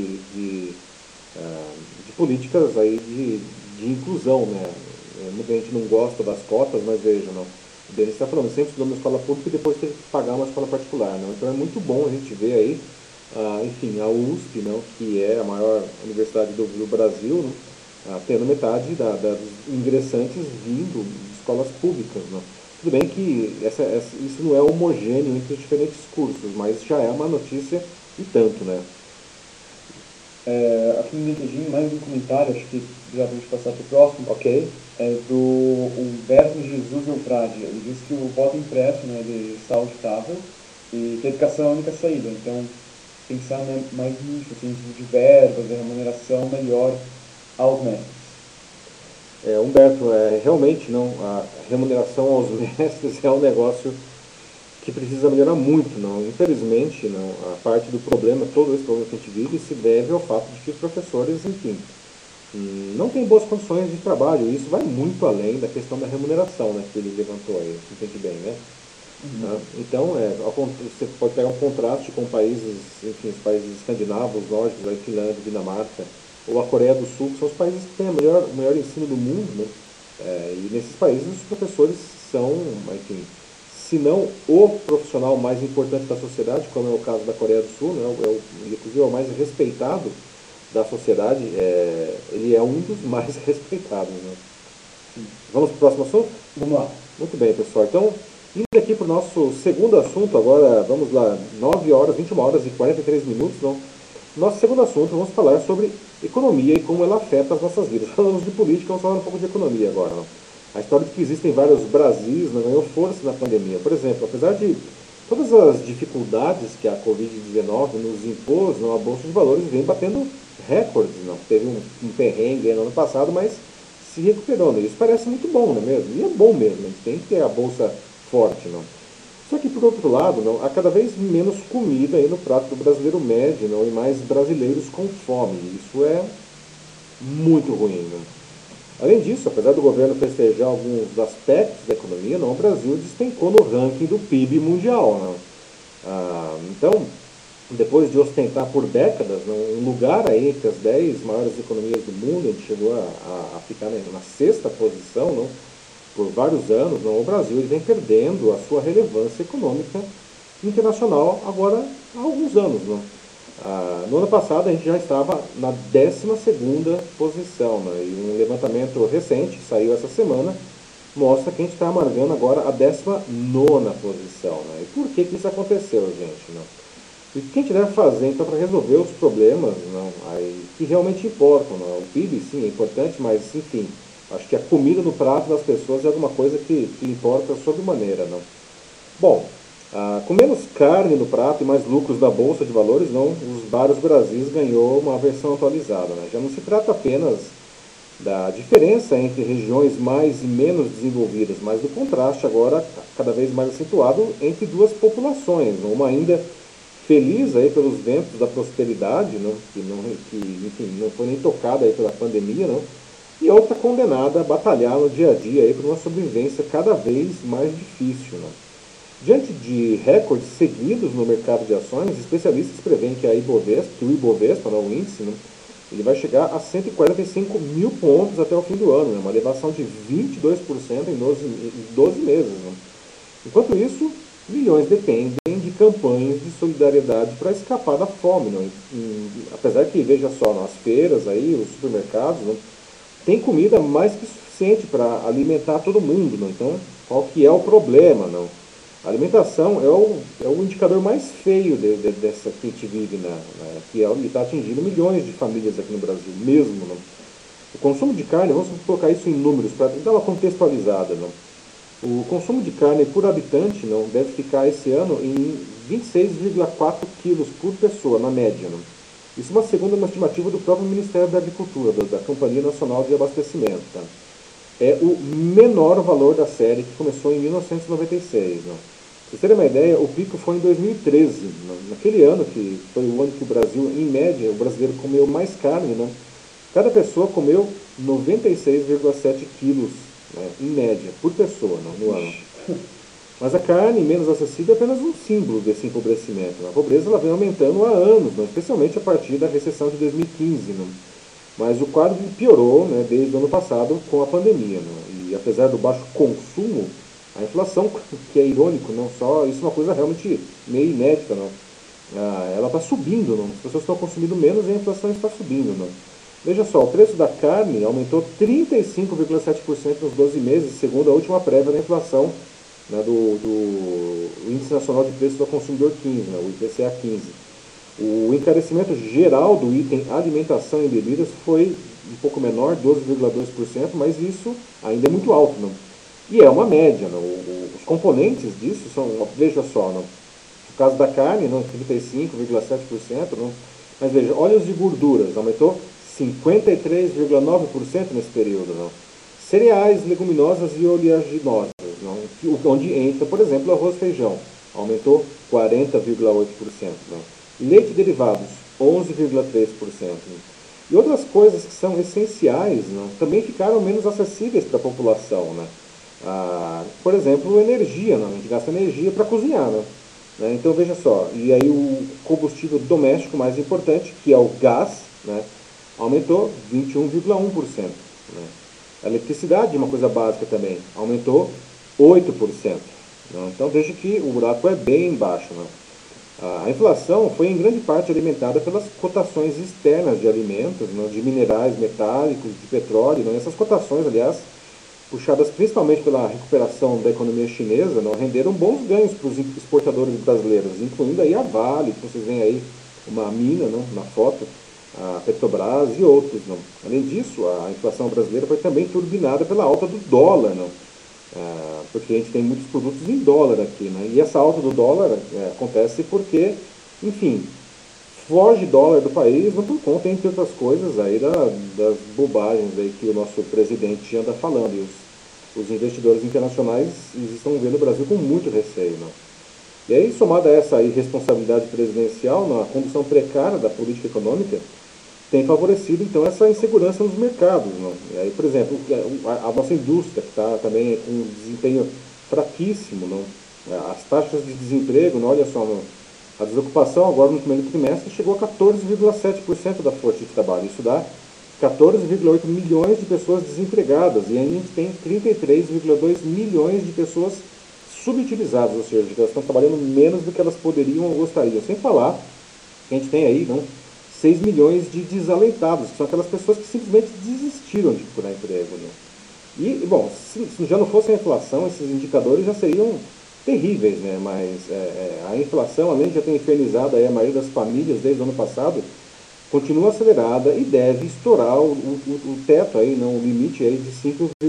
de políticas aí de inclusão, né? Muita gente não gosta das cotas, mas veja, não? O Denis está falando, sempre estudou numa escola pública e depois teve que pagar uma escola particular, não? Então é muito bom a gente ver aí, enfim, a USP, não? Que é a maior universidade do Brasil, não? Tendo metade dos ingressantes vindo de escolas públicas, não? Tudo bem que isso não é homogêneo entre os diferentes cursos, mas já é uma notícia e tanto, né? Aqui no LinkedIn, mais um comentário, acho que já vamos passar para o próximo, Ok? é do Humberto Jesus Eufrade. Ele diz que o voto impresso, né, ele está auditável e que a educação é a única saída. Então, pensar, né, mais nisso, assim, de verbas, de remuneração melhor aos mestres. Humberto, realmente não, a remuneração aos mestres é um negócio que precisa melhorar muito, não. Infelizmente, não, a parte do problema, todo esse problema que a gente vive, se deve ao fato de que os professores, enfim, não têm boas condições de trabalho. E isso vai muito além da questão da remuneração, né, que ele levantou aí, entende bem, né? Então, você pode pegar um contraste com países, enfim, os países escandinavos, nórdicos, aí, Finlândia, Dinamarca, ou a Coreia do Sul, que são os países que têm o melhor ensino do mundo, né? E nesses países os professores são, enfim, se não o profissional mais importante da sociedade, como é o caso da Coreia do Sul, né? Inclusive é o mais respeitado da sociedade, ele é um dos mais respeitados, né? Vamos para o próximo assunto? Vamos lá. Muito bem, pessoal. Então, indo aqui para o nosso segundo assunto, agora vamos lá, 9 horas, 21 horas e 43 minutos. Então, nosso segundo assunto, vamos falar sobre economia e como ela afeta as nossas vidas. Falamos de política, vamos falar um pouco de economia agora. Não? A história de que existem vários Brasis não ganhou força na pandemia. Por exemplo, apesar de todas as dificuldades que a Covid-19 nos impôs, não, a Bolsa de Valores vem batendo recordes. Não? Teve um perrengue no ano passado, mas se recuperou, né? Isso parece muito bom, não é mesmo? E é bom mesmo, a gente tem que ter a bolsa forte, não? Só que, por outro lado, não, há cada vez menos comida aí no prato do brasileiro médio, não, e mais brasileiros com fome. Isso é muito ruim, não? Além disso, apesar do governo festejar alguns aspectos da economia, não, o Brasil despencou no ranking do PIB mundial, não? Então, depois de ostentar por décadas um lugar aí entre as 10 maiores economias do mundo, a gente chegou a ficar na sexta posição, não? Por vários anos, não? O Brasil ele vem perdendo a sua relevância econômica internacional agora há alguns anos. Não? No ano passado a gente já estava na 12ª posição, né? E um levantamento recente, saiu essa semana, mostra que a gente está amargando agora a 19ª posição. Né? E por que isso aconteceu, gente? Não? E o que a gente deve fazer, então, para resolver os problemas não, aí, que realmente importam? Não? O PIB, sim, é importante, mas, enfim, acho que a comida no prato das pessoas é alguma coisa que importa sobremaneira. Não? Bom, com menos carne no prato e mais lucros da Bolsa de Valores, não, os Vários Brasis ganhou uma versão atualizada. Né? Já não se trata apenas da diferença entre regiões mais e menos desenvolvidas, mas do contraste agora cada vez mais acentuado entre duas populações, uma ainda feliz aí pelos ventos da prosperidade, né, enfim, não foi nem tocada aí pela pandemia, não, e outra condenada a batalhar no dia a dia aí por uma sobrevivência cada vez mais difícil, né. Diante de recordes seguidos no mercado de ações, especialistas preveem que o Ibovespa, né, o índice, né, ele vai chegar a 145 mil pontos até o fim do ano, né, uma elevação de 22% em 12 meses. Né. Enquanto isso, milhões dependem de campanhas de solidariedade para escapar da fome. Né. Apesar que, veja só, nas feiras, aí, os supermercados, né, tem comida mais que suficiente para alimentar todo mundo. Né. Então, qual que é o problema? Não? A alimentação é o indicador mais feio dessa que a gente vive, né, que está atingindo milhões de famílias aqui no Brasil, mesmo. Né. O consumo de carne, vamos colocar isso em números para dar uma contextualizada. Né. O consumo de carne por habitante não deve ficar esse ano em 26,4 quilos por pessoa, na média. Né. Isso é uma estimativa do próprio Ministério da Agricultura, da Companhia Nacional de Abastecimento. Tá. É o menor valor da série, que começou em 1996. Né. Pra vocês terem uma ideia, o pico foi em 2013. Né. Naquele ano, que foi o ano que o Brasil, em média, o brasileiro comeu mais carne, né. Cada pessoa comeu 96,7 quilos, né, em média, por pessoa, né, no ano. Mas a carne menos acessível é apenas um símbolo desse empobrecimento. A pobreza ela vem aumentando há anos, né, especialmente a partir da recessão de 2015. Né. Mas o quadro piorou, né, desde o ano passado com a pandemia. Né? E apesar do baixo consumo, a inflação, que é irônico, não só, isso é uma coisa realmente meio inédita, não? Ela está subindo, não? As pessoas estão consumindo menos e a inflação está subindo. Não? Veja só, o preço da carne aumentou 35,7% nos 12 meses, segundo a última prévia da inflação, né, do Índice Nacional de Preços ao Consumidor 15, né, o IPCA 15. O encarecimento geral do item alimentação e bebidas foi um pouco menor, 12,2%, mas isso ainda é muito alto. Não? E é uma média. Não? Os componentes disso são, veja só, não? No caso da carne, não, 35,7%, não? Mas veja, óleos de gorduras aumentou 53,9% nesse período. Não? Cereais, leguminosas e oleaginosas, não? Onde entra, por exemplo, arroz e feijão, aumentou 40,8%. Não? Leite e derivados, 11,3%. E outras coisas que são essenciais, né, também ficaram menos acessíveis para a população. Né? Por exemplo, energia. Né? A gente gasta energia para cozinhar. Né? Então, veja só, e aí o combustível doméstico mais importante, que é o gás, né, aumentou 21,1%. Né? A eletricidade, uma coisa básica também, aumentou 8%. Né? Então, veja que o buraco é bem baixo. Né? A inflação foi em grande parte alimentada pelas cotações externas de alimentos, né, de minerais metálicos, de petróleo. Né, essas cotações, aliás, puxadas principalmente pela recuperação da economia chinesa, né, renderam bons ganhos para os exportadores brasileiros, incluindo aí a Vale, que vocês veem aí uma mina, né, na foto, a Petrobras e outros. Né. Além disso, a inflação brasileira foi também turbinada pela alta do dólar, né, porque a gente tem muitos produtos em dólar aqui, né? E essa alta do dólar acontece porque, enfim, foge dólar do país, mas por conta, entre outras coisas, aí das bobagens aí que o nosso presidente anda falando. E os investidores internacionais estão vendo o Brasil com muito receio. Né? E aí, somada a essa irresponsabilidade presidencial, na condução precária da política econômica, tem favorecido, então, essa insegurança nos mercados. Não? E aí, por exemplo, a nossa indústria, que está também com um desempenho fraquíssimo, não? As taxas de desemprego, não? Olha só, não? A desocupação agora no primeiro trimestre chegou a 14,7% da força de trabalho. Isso dá 14,8 milhões de pessoas desempregadas e ainda a gente tem 33,2 milhões de pessoas subutilizadas, ou seja, elas estão trabalhando menos do que elas poderiam ou gostariam. Sem falar que a gente tem aí, não? 6 milhões de desalentados, que são aquelas pessoas que simplesmente desistiram de procurar emprego. Né? E, bom, se já não fosse a inflação, esses indicadores já seriam terríveis, né? Mas a inflação, além de já ter infernizado aí a maioria das famílias desde o ano passado, continua acelerada e deve estourar o teto, aí, não, o limite aí de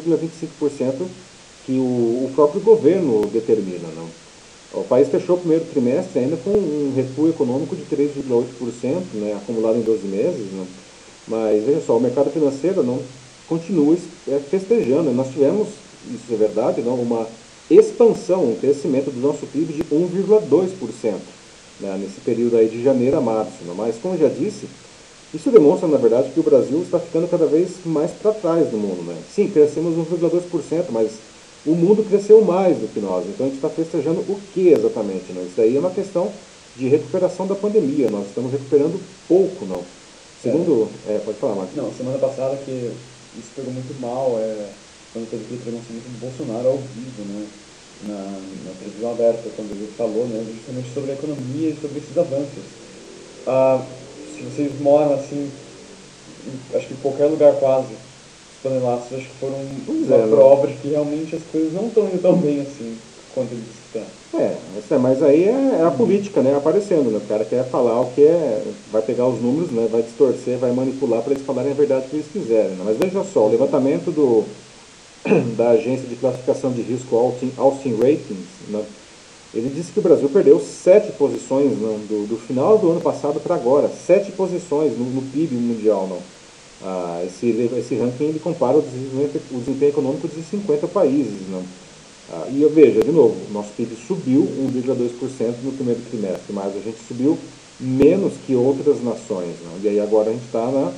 5,25% que o próprio governo determina. Não? O país fechou o primeiro trimestre ainda com um recuo econômico de 3,8%, né, acumulado em 12 meses. Né, mas, veja só, o mercado financeiro não continua festejando. Nós tivemos, isso é verdade, não, uma expansão, um crescimento do nosso PIB de 1,2%. né, nesse período aí de janeiro a março. Né? Mas, como eu já disse, isso demonstra, na verdade, que o Brasil está ficando cada vez mais para trás do mundo. Né? Sim, crescemos 1,2%, mas o mundo cresceu mais do que nós. Então a gente está festejando o que exatamente? Né? Isso daí é uma questão de recuperação da pandemia. Nós estamos recuperando pouco, não. Segundo, pode falar, Marcos. Não, semana passada que isso pegou muito mal, quando teve aquele pronunciamento do Bolsonaro ao vivo, né, na televisão aberta, quando ele falou, né, justamente sobre a economia e sobre esses avanços. Se vocês moram assim, acho que em qualquer lugar quase, os panelaços acho que foram uma prova de que realmente as coisas não estão indo tão bem assim quanto eles estão. Mas aí é a política, né, aparecendo, né? O cara quer falar o que vai pegar os números, né, vai distorcer, vai manipular para eles falarem a verdade que eles quiserem. Né? Mas veja só, o levantamento da agência de classificação de risco Austin Ratings, né, ele disse que o Brasil perdeu 7 posições, né, do final do ano passado para agora, 7 posições no PIB mundial. Não. Esse ranking ele compara o desempenho econômico de 50 países. Não. E eu veja, de novo, nosso PIB subiu 1,2% no primeiro trimestre, mas a gente subiu menos que outras nações. Não? E aí agora a gente está na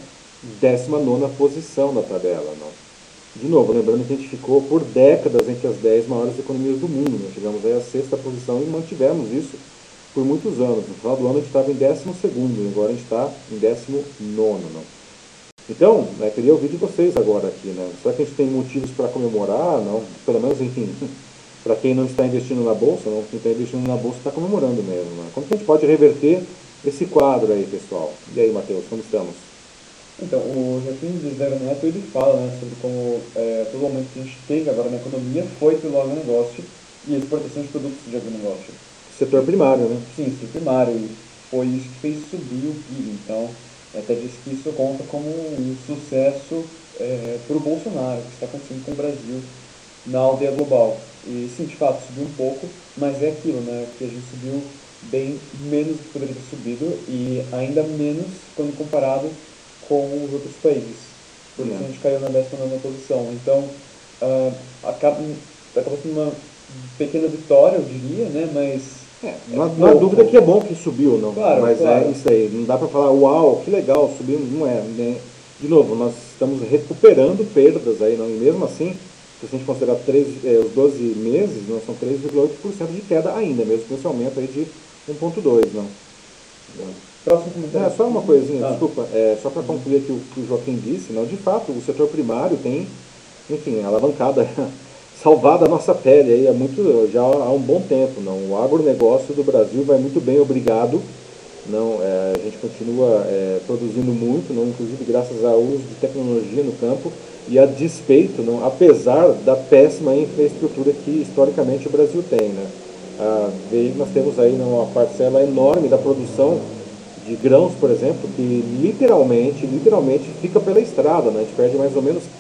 19ª posição da tabela. Não? De novo, lembrando que a gente ficou por décadas entre as 10 maiores economias do mundo. Né? Chegamos aí à 6ª posição e mantivemos isso por muitos anos. No final do ano a gente estava em 12º e agora a gente está em 19º. Não? Então, queria ouvir de vocês agora aqui. Né? Será que a gente tem motivos para comemorar? Não? Pelo menos, enfim, para quem não está investindo na Bolsa, não? Quem está investindo na Bolsa está comemorando mesmo. Né? Como que a gente pode reverter esse quadro aí, pessoal? E aí, Matheus, como estamos? Então, o Joaquim de Zero Neto, ele fala, né, sobre como todo aumento que a gente teve agora na economia foi pelo agronegócio e a exportação de produtos de agronegócio. Setor primário, né? Sim, setor primário. E foi isso que fez subir o PIB. Então, até disse que isso conta como um sucesso para o Bolsonaro, que está acontecendo com o Brasil na aldeia global. E sim, de fato, subiu um pouco, mas é aquilo, né, que a gente subiu bem menos do que poderia ter subido e ainda menos quando comparado com os outros países. Por isso a gente caiu na 19ª posição. Então, acaba sendo uma pequena vitória, eu diria, né? Mas não há dúvida que é bom que subiu, não. Claro, mas claro. É isso aí. Não dá para falar, uau, que legal, subimos. Não é. Né? De novo, nós estamos recuperando perdas aí, não. E mesmo assim, se a gente considerar os 12 meses, não, são 3,8% de queda ainda, mesmo com esse aumento aí de 1,2%, não. Próximo comentário. Só uma coisinha, desculpa, só para concluir aqui o que o Joaquim disse, não, de fato, o setor primário tem, enfim, alavancado, salvado a nossa pele aí já há um bom tempo. Não? O agronegócio do Brasil vai muito bem, obrigado. Não, a gente continua produzindo muito, não, inclusive graças ao uso de tecnologia no campo e a despeito, não, apesar da péssima infraestrutura que historicamente o Brasil tem. Né? Nós temos aí uma parcela enorme da produção de grãos, por exemplo, que literalmente fica pela estrada, né? A gente perde mais ou menos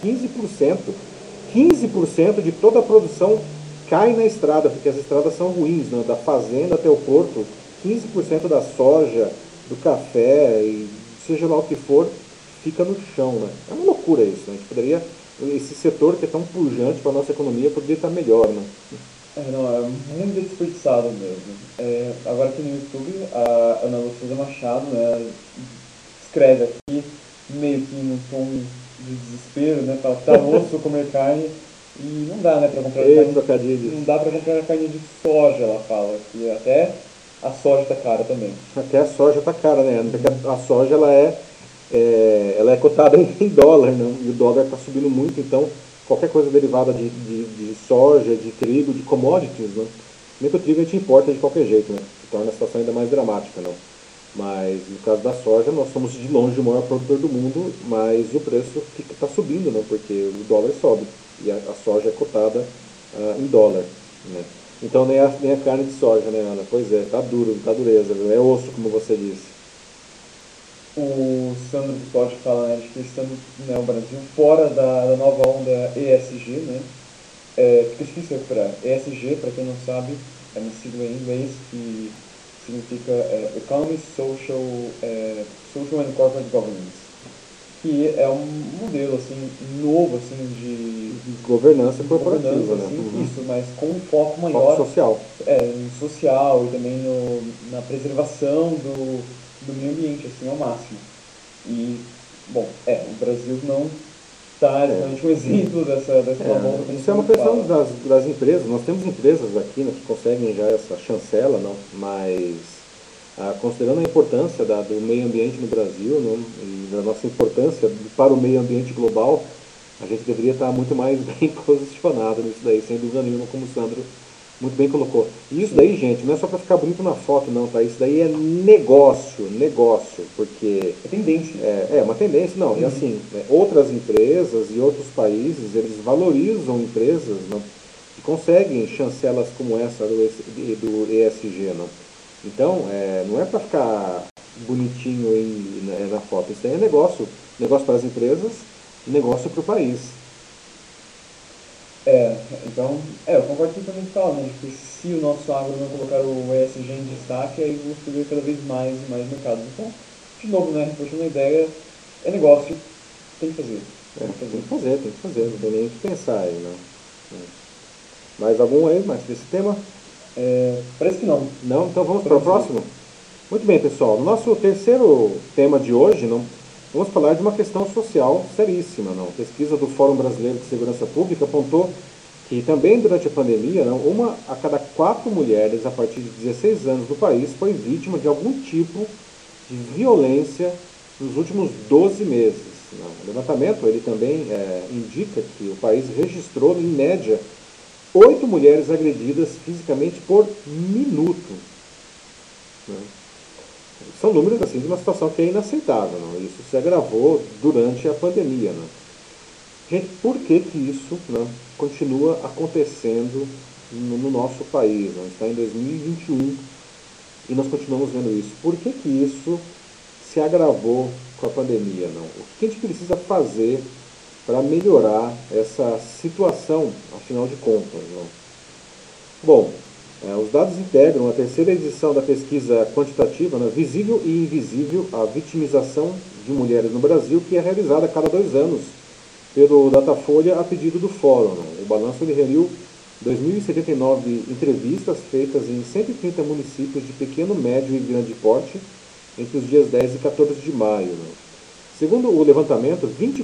15% de toda a produção cai na estrada, porque as estradas são ruins, né? Da fazenda até o porto, 15% da soja, do café, e seja lá o que for, fica no chão, né? É uma loucura isso, né? A gente poderia, esse setor que é tão pujante para a nossa economia poderia estar melhor, né? Não, é muito desperdiçado mesmo. Agora aqui no YouTube, a Ana Lucida Machado, né, escreve aqui, meio que num tom de desespero, né, fala que tá osso comer carne e não dá, né, pra comprar carne. Não dá pra comprar carne de soja, ela fala, que até a soja tá cara também. Até a soja tá cara, né? Porque a soja ela é cotada em dólar, né? E o dólar está subindo muito, então qualquer coisa derivada de soja, de trigo, de commodities, né? Nem que o trigo a gente importa de qualquer jeito, né? Que torna a situação ainda mais dramática, não? Mas no caso da soja, nós somos de longe o maior produtor do mundo, mas o preço está subindo, né? Porque o dólar sobe e a soja é cotada em dólar, né? Então nem a carne de soja, né, Ana? Pois é, tá duro, tá dureza, viu? É osso, como você disse. O Sandro Biscotti fala, né, de que estando, né, o Brasil fora da nova onda ESG, né, fica difícil recuperar. ESG, para quem não sabe, é uma sigla em inglês que significa Economy, Social and Corporate Governance. que é um modelo assim novo assim De governança de corporativa, governança, né? assim, isso, mas com um foco Foco maior social. no social e também na preservação do meio ambiente, assim, ao máximo. E, bom, o Brasil não está É. exatamente um exemplo dessa lavanda como Isso é todo uma mundo questão fala. das empresas. Nós temos empresas aqui, né, que conseguem já essa chancela, não? Mas considerando a importância do meio ambiente no Brasil, não? E da nossa importância para o meio ambiente global, a gente deveria estar muito mais bem posicionado nisso daí, sem dúvida nenhuma, como o Sandro muito bem colocou. E isso Sim, daí, gente, não é só para ficar bonito na foto, não, tá? Isso daí é negócio, porque é tendência. é uma tendência, não. E Uhum. assim, outras empresas e outros países, eles valorizam empresas, não, que conseguem chancelas como essa do ESG, não. Então, não é para ficar bonitinho aí na foto. Isso daí é negócio. Negócio para as empresas e negócio para o país. Então, eu concordo com o que você fala, né, de que se o nosso agro não colocar o ESG em destaque, aí vamos perder cada vez mais e mais mercados. Então, de novo, né, reforçando a ideia, é negócio, tem que fazer, É, tem que fazer. tem que fazer, não tem nem o que pensar aí, não. Mais algum aí, mais desse tema? Parece que não. Não? Então vamos para o Podemos seguir. próximo? Muito bem, pessoal. No nosso terceiro tema de hoje, não, vamos falar de uma questão social seríssima. Não? Pesquisa do Fórum Brasileiro de Segurança Pública apontou que também durante a pandemia, não, uma a cada 4 mulheres a partir de 16 anos do país foi vítima de algum tipo de violência nos últimos 12 meses. Não? O levantamento ele também indica que o país registrou, em média, 8 mulheres agredidas fisicamente por minuto. Né? São números assim de uma situação que é inaceitável. Não? Isso se agravou durante a pandemia. Não? Gente, por que que isso, né, continua acontecendo no nosso país? Não? Está em 2021 e nós continuamos vendo isso. Por que que isso se agravou com a pandemia? Não? O que a gente precisa fazer para melhorar essa situação, afinal de contas? Não? Bom, os dados integram a terceira edição da pesquisa quantitativa, né, Visível e Invisível, a vitimização de mulheres no Brasil, que é realizada a cada 2 anos pelo Datafolha a pedido do Fórum. Né. O balanço ele reuniu 2.079 entrevistas feitas em 130 municípios de pequeno, médio e grande porte entre os dias 10 e 14 de maio. Né. Segundo o levantamento,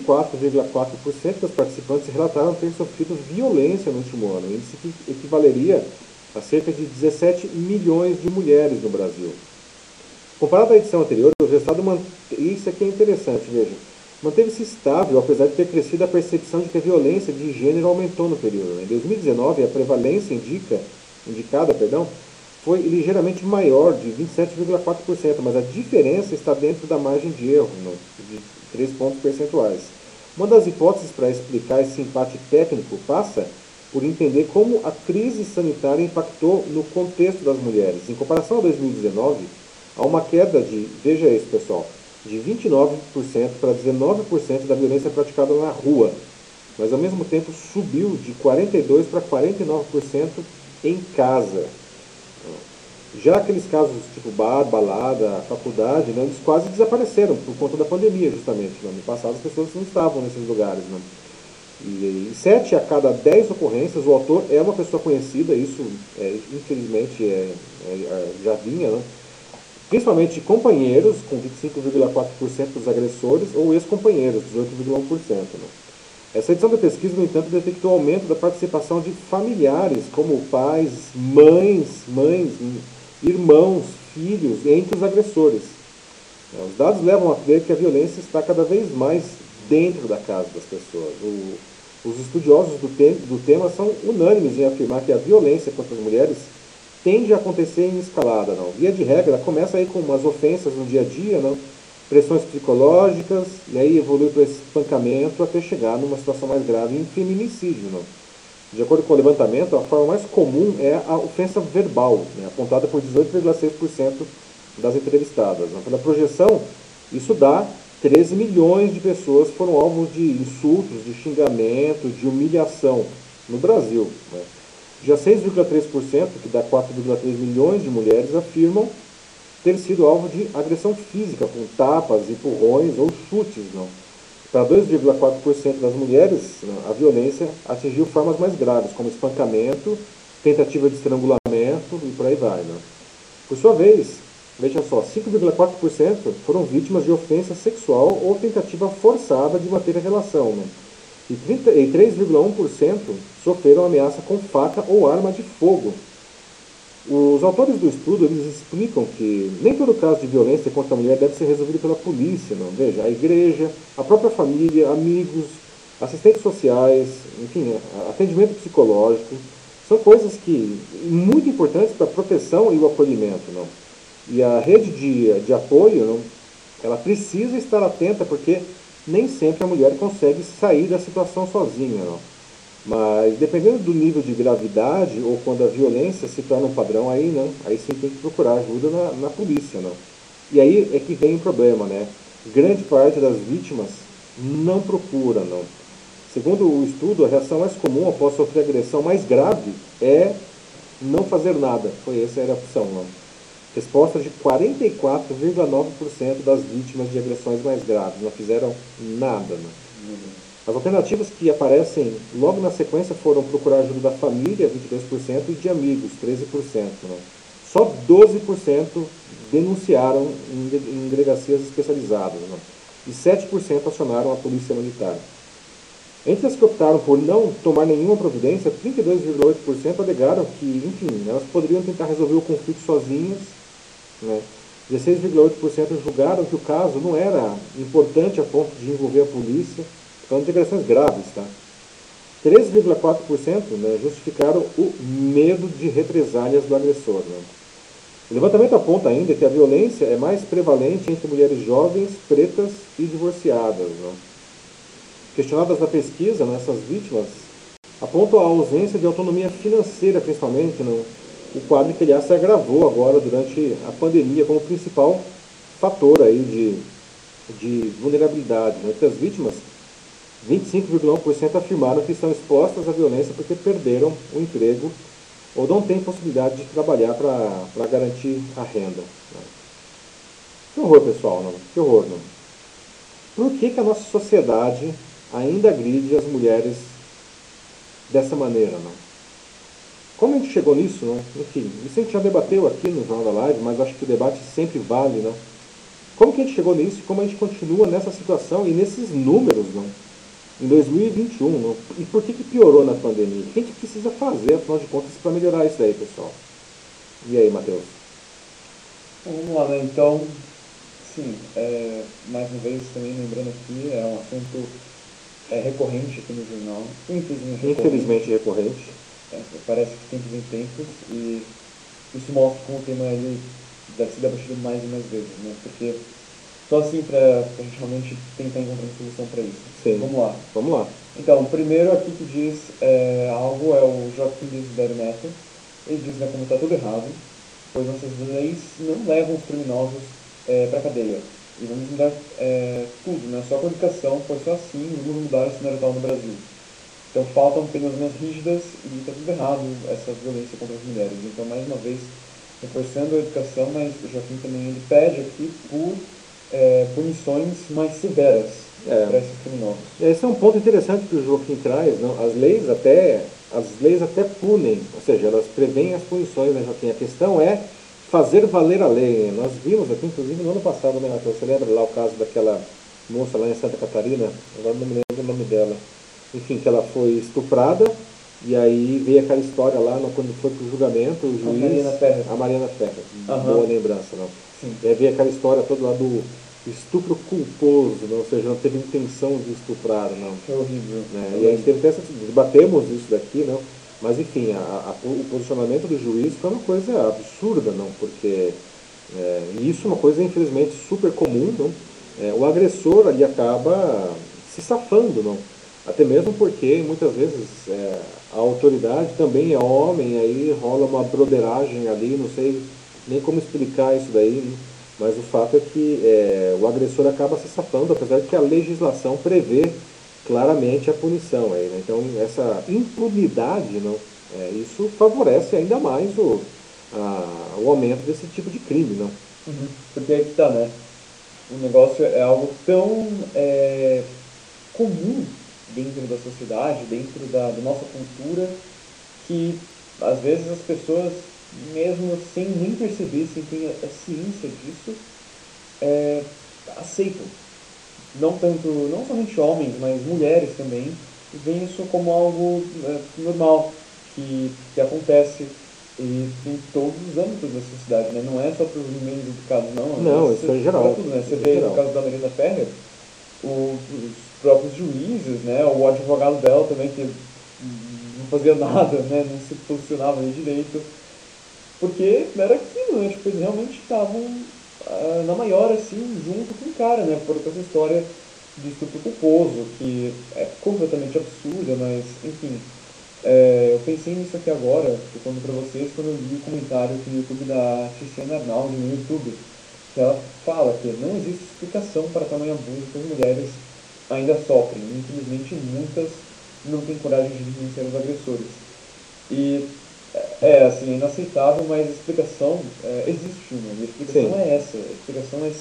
24,4% das participantes relataram ter sofrido violência no último ano, índice que equivaleria a cerca de 17 milhões de mulheres no Brasil. Comparado à edição anterior, o resultado isso aqui é interessante, veja, manteve-se estável, apesar de ter crescido a percepção de que a violência de gênero aumentou no período. Em 2019, a prevalência indicada, foi ligeiramente maior, de 27,4%, mas a diferença está dentro da margem de erro, de 3 pontos percentuais. Uma das hipóteses para explicar esse empate técnico passa por entender como a crise sanitária impactou no contexto das mulheres. Em comparação a 2019, há uma queda de, veja isso pessoal, de 29% para 19% da violência praticada na rua, mas ao mesmo tempo subiu de 42% para 49% em casa. Já aqueles casos tipo bar, balada, faculdade, né, eles quase desapareceram por conta da pandemia, justamente. No ano passado as pessoas não estavam nesses lugares. Né? E 7 a cada 10 ocorrências, o autor é uma pessoa conhecida, isso infelizmente já vinha, né? Principalmente companheiros, com 25,4% dos agressores, ou ex-companheiros, 18,1%. Né? Essa edição da pesquisa, no entanto, detectou aumento da participação de familiares, como pais, mães, irmãos, filhos, entre os agressores. Os dados levam a crer que a violência está cada vez mais dentro da casa das pessoas. Os estudiosos do tema são unânimes em afirmar que a violência contra as mulheres tende a acontecer em escalada. Não? Via de regra, começa aí com umas ofensas no dia a dia, não? Pressões psicológicas, e aí evolui para esse espancamento até chegar numa situação mais grave em feminicídio. Não? De acordo com o levantamento, a forma mais comum é a ofensa verbal, né, apontada por 18,6% das entrevistadas. Né. Pela projeção, isso dá 13 milhões de pessoas foram alvos de insultos, de xingamento, de humilhação no Brasil. Né. Já 6,3%, que dá 4,3 milhões de mulheres, afirmam ter sido alvo de agressão física, com tapas, empurrões ou chutes. Não. Para 2,4% das mulheres, a violência atingiu formas mais graves, como espancamento, tentativa de estrangulamento e por aí vai. Né? Por sua vez, veja só, 5,4% foram vítimas de ofensa sexual ou tentativa forçada de manter a relação. Né? E 3,1% sofreram ameaça com faca ou arma de fogo. Os autores do estudo eles explicam que nem todo caso de violência contra a mulher deve ser resolvido pela polícia, não. Veja, a igreja, a própria família, amigos, assistentes sociais, enfim, atendimento psicológico, são coisas que muito importantes para a proteção e o acolhimento, não. E a rede de apoio, não, ela precisa estar atenta porque nem sempre a mulher consegue sair da situação sozinha, não. Mas dependendo do nível de gravidade ou quando a violência se torna um padrão, aí não, aí sim tem que procurar ajuda na polícia, não. E aí é que vem o problema, né? Grande parte das vítimas não procura, não. Segundo o estudo, a reação mais comum após sofrer agressão mais grave é não fazer nada. Essa era a opção, não. Resposta de 44,9% das vítimas de agressões mais graves não fizeram nada, não. As alternativas que aparecem logo na sequência foram procurar ajuda da família, 22%, e de amigos, 13%. Né? Só 12% denunciaram em delegacias especializadas. Né? E 7% acionaram a polícia militar. Entre as que optaram por não tomar nenhuma providência, 32,8% alegaram que, enfim, elas poderiam tentar resolver o conflito sozinhas. Né? 16,8% julgaram que o caso não era importante a ponto de envolver a polícia. Falando de agressões graves, tá? 13,4% né, justificaram o medo de represálias do agressor. Né? O levantamento aponta ainda que a violência é mais prevalente entre mulheres jovens, pretas e divorciadas. Né? Questionadas na pesquisa, né, essas vítimas apontam a ausência de autonomia financeira, principalmente, né? O quadro que, aliás, se agravou agora durante a pandemia como principal fator aí de vulnerabilidade. Né? Entre as vítimas, 25,1% afirmaram que estão expostas à violência porque perderam o emprego ou não têm possibilidade de trabalhar para garantir a renda. Né? Que horror, pessoal, não? Que horror, não? Por que a nossa sociedade ainda agride as mulheres dessa maneira, não? Como a gente chegou nisso, não? Enfim, isso a gente já debateu aqui no Jornal da Live, mas acho que o debate sempre vale, né? Como que a gente chegou nisso e como a gente continua nessa situação e nesses números, não? Em 2021, não? E por que piorou na pandemia? O que a gente precisa fazer, afinal de contas, para melhorar isso daí, pessoal? E aí, Matheus? Vamos lá, né? Então, sim, mais uma vez também lembrando aqui, é um assunto recorrente aqui no jornal, Infelizmente recorrente. Parece que tempos em tempos, e isso mostra como o tema ele deve ser debatido mais e mais vezes, né? Porque só assim para a gente realmente tentar encontrar uma solução para isso. Sim. Vamos lá. Então, o primeiro aqui que diz algo é o Joaquim Desidério Neto. Ele diz, né, como está tudo errado, pois nossas leis não levam os criminosos para a cadeia. E vamos mudar tudo, né? Só com a educação, pois só assim vamos mudar o cenário atual no Brasil. Então faltam penas mais rígidas e está tudo errado essa violência contra as mulheres. Então, mais uma vez, reforçando a educação, mas o Joaquim também ele pede aqui por punições mais severas para esses criminosos. Esse é um ponto interessante que o Joaquim traz. Não? As leis até punem, ou seja, elas prevêem as punições, né, Joaquim? A questão é fazer valer a lei. Nós vimos aqui, inclusive, no ano passado, né, Matheus? Você lembra lá o caso daquela moça lá em Santa Catarina? Agora não me lembro o nome dela. Enfim, que ela foi estuprada, e aí veio aquela história lá, quando foi pro julgamento, o juiz... A Mariana Ferrer. Boa lembrança, não? Sim. E aí veio aquela história toda lá do estupro culposo, não? Ou seja, não teve intenção de estuprar, não. É horrível. Né? E aí teve até debatemos isso daqui, não? Mas enfim, o posicionamento do juiz foi uma coisa absurda, não? Porque e isso é uma coisa, infelizmente, super comum, não? O agressor ali acaba se safando, não? Até mesmo porque muitas vezes a autoridade também é homem, aí rola uma broderagem ali, não sei nem como explicar isso daí, né? Mas o fato é que o agressor acaba se safando, apesar de que a legislação prevê claramente a punição aí, né? Então essa impunidade, não, isso favorece ainda mais o aumento desse tipo de crime, não? Porque aí que tá, né? O negócio é algo tão comum dentro da sociedade, dentro da nossa cultura, que às vezes as pessoas, mesmo sem nem perceber, sem ter a ciência disso, aceitam. Não somente homens, mas mulheres também, veem isso como algo normal, que acontece em todos os âmbitos da sociedade, né? Não é só para os menos educados, não. Não, isso é geral. Tudo, né? Você vê no caso da Marina Ferrer, os próprios juízes, né? O advogado dela também, que não fazia nada, né? Não se posicionava nem direito, porque era aquilo, né? Tipo, eles realmente estavam na maior, assim, junto com o cara, né? Por essa história de estupro culposo, que é completamente absurda, mas, enfim. Eu pensei nisso aqui agora, eu conto pra vocês, quando eu li o comentário aqui no YouTube da Tiziana Arnaldi no YouTube, que ela fala que não existe explicação para tamanho abuso que as mulheres ainda sofrem. Infelizmente, muitas não têm coragem de denunciar os agressores. E assim, é inaceitável, mas a explicação existe uma. E a explicação Sim. é essa. A explicação é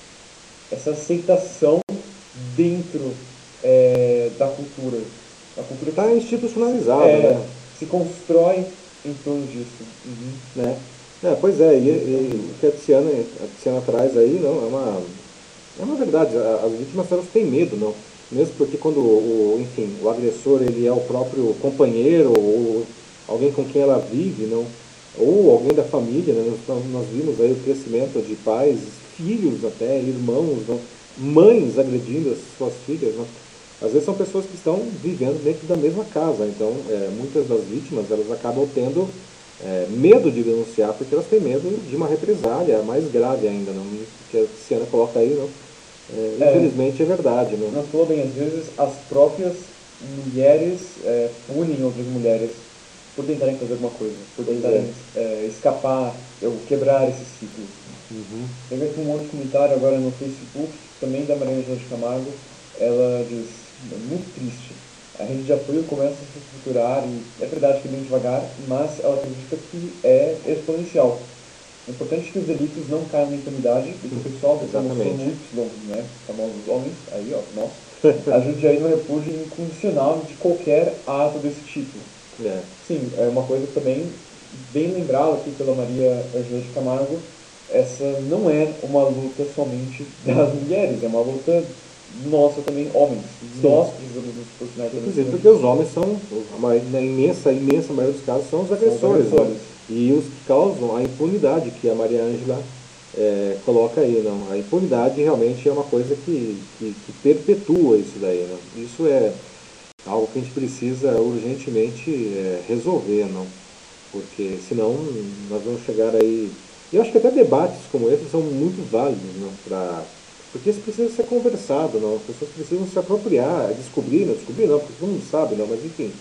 essa aceitação dentro da cultura. A cultura Está que institucionalizado, né? se constrói em torno disso. Uhum. Né? Pois é, e o que a Tiziana traz aí, não, é uma verdade. As vítimas elas têm medo, não. Mesmo porque quando enfim, o agressor ele é o próprio companheiro ou alguém com quem ela vive, não, ou alguém da família, né? Nós vimos aí o crescimento de pais, filhos até, irmãos, não, mães agredindo as suas filhas, não. Às vezes são pessoas que estão vivendo dentro da mesma casa, então muitas das vítimas elas acabam tendo medo de denunciar porque elas têm medo de uma represália mais grave ainda, não? Que a Ciana coloca aí, não? Infelizmente é verdade, não? Não falou bem, às vezes as próprias mulheres punem outras mulheres por tentarem fazer alguma coisa, por tentarem escapar, ou quebrar esse ciclo. Uhum. Tem aqui um outro comentário agora no Facebook, também da Maria Angela de Camargo. Ela diz: é muito triste. A rede de apoio começa a se estruturar e é verdade que é bem devagar, mas ela acredita que é exponencial. É importante que os delitos não caiam na impunidade e que o pessoal da promoção Y, né, famosos homens, aí ó, nós, ajude aí no repúdio incondicional de qualquer ato desse tipo. Sim, é uma coisa também bem lembrada aqui pela Maria Angela de Camargo. Essa não é uma luta somente das mulheres, é uma luta nossa também, homens. Nós precisamos nos posicionar também. Inclusive porque os homens são, na imensa maioria dos casos, são os agressores. Né? E os que causam a impunidade que a Maria Ângela coloca aí. Não? A impunidade realmente é uma coisa que perpetua isso daí. Não? Isso é algo que a gente precisa urgentemente resolver, não? Porque senão nós vamos chegar aí. Eu acho que até debates como esse são muito válidos, não? Porque isso precisa ser conversado, não? As pessoas precisam se apropriar, descobrir não, porque todo mundo sabe, não, mas enfim,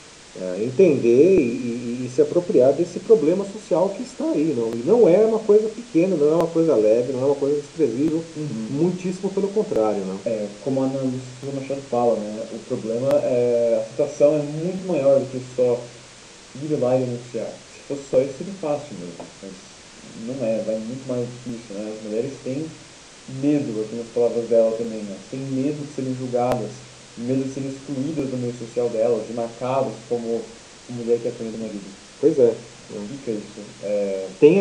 entender e se apropriar desse problema social que está aí, não? E não é uma coisa pequena, não é uma coisa leve, não é uma coisa desprezível, muitíssimo pelo contrário, não? Como a Ana Lúcia Machado fala, né? O problema a situação é muito maior do que só ir lá e denunciar. Se fosse só isso seria fácil mesmo, mas não vai muito mais do que isso, né? As mulheres têm medo, aqui nas palavras dela também, né? Tem medo de serem julgadas, medo de serem excluídas do meio social delas, de marcadas como mulher que apanha do marido. Pois é. Fica isso. Tem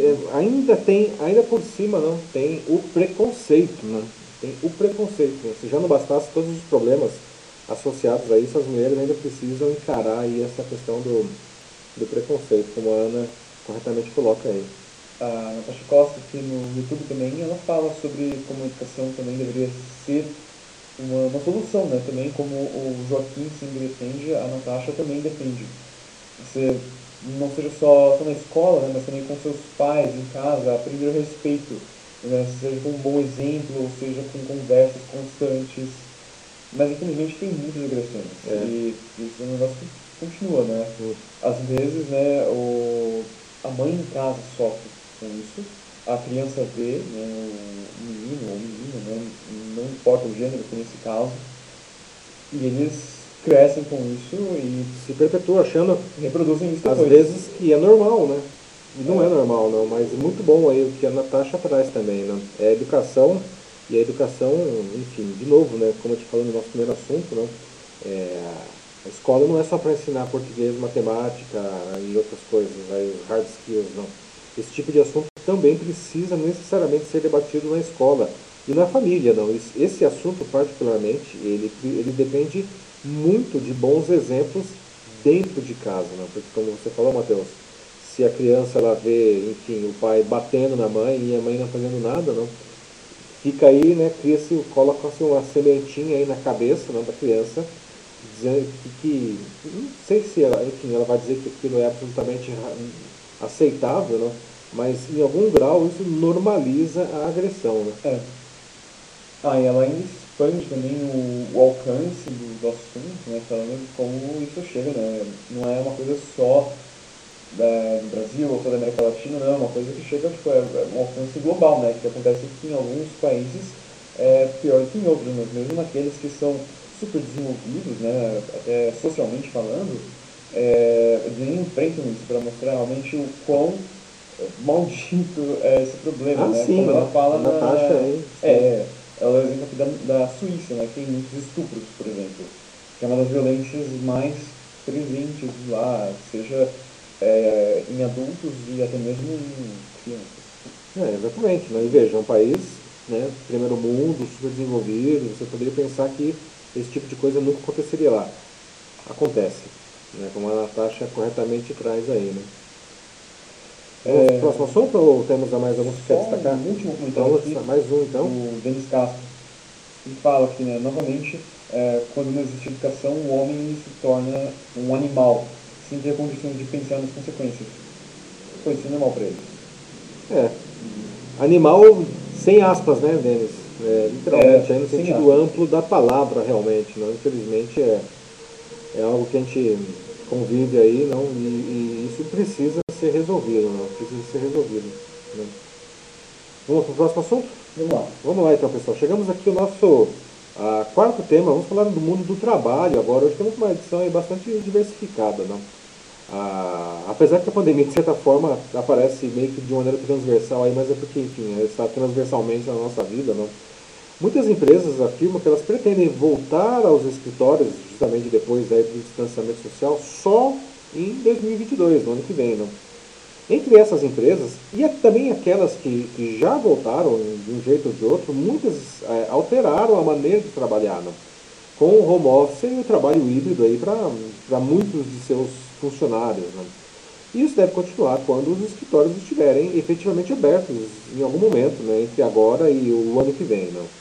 ainda por cima, não, tem o preconceito, não? Tem o preconceito. Né? Se já não bastasse todos os problemas associados a isso, as mulheres ainda precisam encarar aí essa questão do preconceito, como a Ana corretamente coloca aí. A Natasha Costa, aqui no YouTube também, ela fala sobre como a educação também deveria ser uma solução, né? Também como o Joaquim sempre defende, a Natasha também defende. Você não seja só na escola, né? Mas também com seus pais, em casa, aprender o respeito, né? Seja com um bom exemplo, ou seja com conversas constantes. Mas infelizmente tem muitas agressões. E isso é um negócio que continua, né? Às vezes, né, a mãe em casa sofre com isso, a criança vê, né, o menino ou menina, né, não importa o gênero que nesse caso, e eles crescem com isso e se perpetua achando, reproduzem isso depois. Às vezes que é normal, né? E não é normal, não, mas muito bom aí o que a Natasha traz também, né? É educação E a educação, enfim, de novo, né, como eu te falei no nosso primeiro assunto, né, é, a escola não é só para ensinar português, matemática e outras coisas, aí, os hard skills, não. Esse tipo de assunto também precisa necessariamente ser debatido na escola e na família, não. Esse assunto, particularmente, ele depende muito de bons exemplos dentro de casa, não. Porque, como você falou, Matheus, se a criança ela vê, enfim, o pai batendo na mãe e a mãe não fazendo nada, não, fica aí, né, cria-se, coloca-se uma sementinha aí na cabeça, né, da criança, dizendo não sei se ela, enfim, ela vai dizer que aquilo é absolutamente aceitável, né, mas em algum grau isso normaliza a agressão, né? É. E ela ainda expande também o alcance do assunto, né, falando de como isso chega, né? Não é uma coisa só do Brasil ou só da América Latina, não, é uma coisa que chega, tipo, é um alcance global, né? Que acontece que em alguns países é pior do que em outros, mas mesmo naqueles que são super desenvolvidos, né, até socialmente falando, eles enfrentam isso para mostrar realmente o quão maldito é esse problema, Ah, né? sim, Como ela né? A fala Natasha na... aí, sim. ela é o exemplo aqui da Suíça, né? Que tem muitos estupros, por exemplo, que é uma das violências mais presentes lá, seja em adultos e até mesmo em crianças. Exatamente, né? E veja, é um país, né, primeiro mundo, super desenvolvido, você poderia pensar que esse tipo de coisa nunca aconteceria lá. Acontece, né? Como a Natasha corretamente traz aí, né? Vamos para o próximo assunto ou temos mais algum que você Só quer destacar? um último Então, comentário aqui mais um então. do Denis Castro. Ele fala que, né, novamente, quando não existe educação, o homem se torna um animal, sem ter condições de pensar nas consequências. Pois isso é normal para eles. É, animal sem aspas, né, Denis? Literalmente, aí no Sem sentido aspas. amplo da palavra, realmente. Não? Infelizmente, é algo que a gente convive aí, não? E isso precisa ser resolvido, não? Precisa ser resolvido. Né? Vamos para o próximo assunto? Vamos lá. Vamos lá então, pessoal. Chegamos aqui ao nosso quarto tema. Vamos falar do mundo do trabalho agora. Hoje temos uma edição aí bastante diversificada, não? Apesar que a pandemia, de certa forma, aparece meio que de uma maneira transversal aí, mas é porque, enfim, ela está transversalmente na nossa vida, não? Muitas empresas afirmam que elas pretendem voltar aos escritórios, justamente depois aí do distanciamento social, só em 2022, no ano que vem, não? Entre essas empresas, e também aquelas que já voltaram de um jeito ou de outro, muitas alteraram a maneira de trabalhar, não? Com o home office e o trabalho híbrido aí para muitos de seus funcionários. Né? E isso deve continuar quando os escritórios estiverem efetivamente abertos em algum momento, né, entre agora e o ano que vem. Né?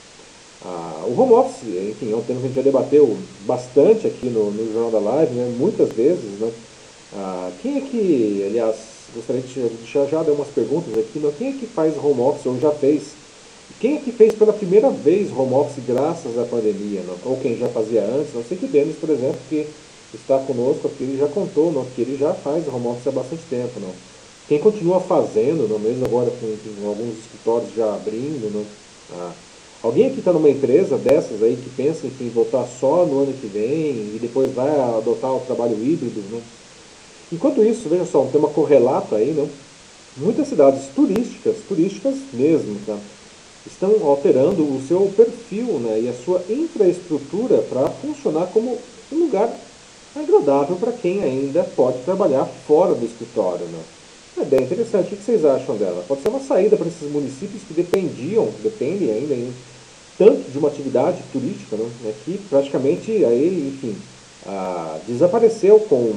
O home office, enfim, é um tema que a gente já debateu bastante aqui no Jornal da Live, né, muitas vezes. Né? Quem é que, aliás, gostaria de deixar já dar umas perguntas aqui, né? Quem é que faz home office ou já fez? Quem é que fez pela primeira vez home office graças à pandemia? Não? Ou quem já fazia antes? Não sei que o Denis, por exemplo, que está conosco aqui, ele já contou não? Que ele já faz home office há bastante tempo. Não? Quem continua fazendo, não? Mesmo agora com alguns escritórios já abrindo. Não? Alguém aqui está numa empresa dessas aí que pensa em voltar só no ano que vem e depois vai adotar o trabalho híbrido? Não? Enquanto isso, veja só, um tema correlato aí, não? Muitas cidades turísticas mesmo, tá? Estão alterando o seu perfil, né, e a sua infraestrutura para funcionar como um lugar agradável para quem ainda pode trabalhar fora do escritório. Né? É bem interessante. O que vocês acham dela? Pode ser uma saída para esses municípios que dependem ainda tanto de uma atividade turística, né, que praticamente aí, enfim, desapareceu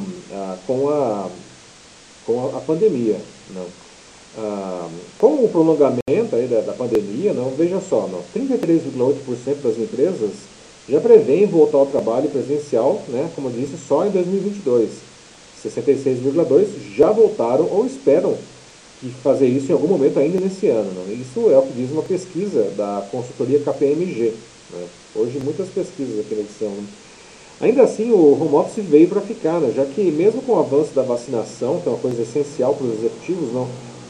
com a pandemia. Não? Com o prolongamento aí da pandemia, não, veja só, não, 33,8% das empresas já prevêem voltar ao trabalho presencial, né, como eu disse, só em 2022. 66,2% já voltaram ou esperam que fazer isso em algum momento ainda nesse ano. Não? Isso é o que diz uma pesquisa da consultoria KPMG. Né? Hoje muitas pesquisas aqui na edição. Né? Ainda assim, o home office veio para ficar, né? Já que mesmo com o avanço da vacinação, que é uma coisa essencial para os executivos, não,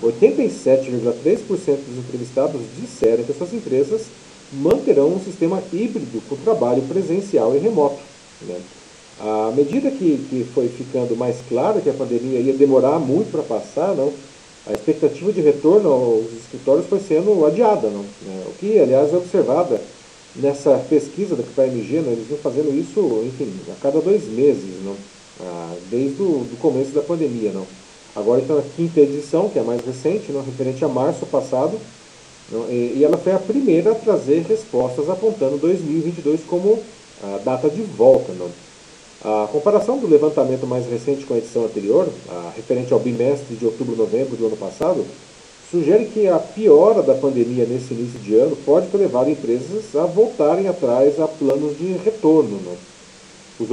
87,3% dos entrevistados disseram que essas empresas manterão um sistema híbrido com trabalho presencial e remoto. Né? À medida que foi ficando mais claro que a pandemia ia demorar muito para passar, não, a expectativa de retorno aos escritórios foi sendo adiada, não? O que, aliás, é observada nessa pesquisa da KPMG, né? Eles vão fazendo isso, enfim, a cada 2 meses, não? Desde o do começo da pandemia, não? Agora então a quinta edição, que é a mais recente, não? Referente a março passado, não? E ela foi a primeira a trazer respostas apontando 2022 como a data de volta, não? A comparação do levantamento mais recente com a edição anterior, referente ao bimestre de outubro-novembro do ano passado, sugere que a piora da pandemia nesse início de ano pode ter levado empresas a voltarem atrás a planos de retorno, né? Os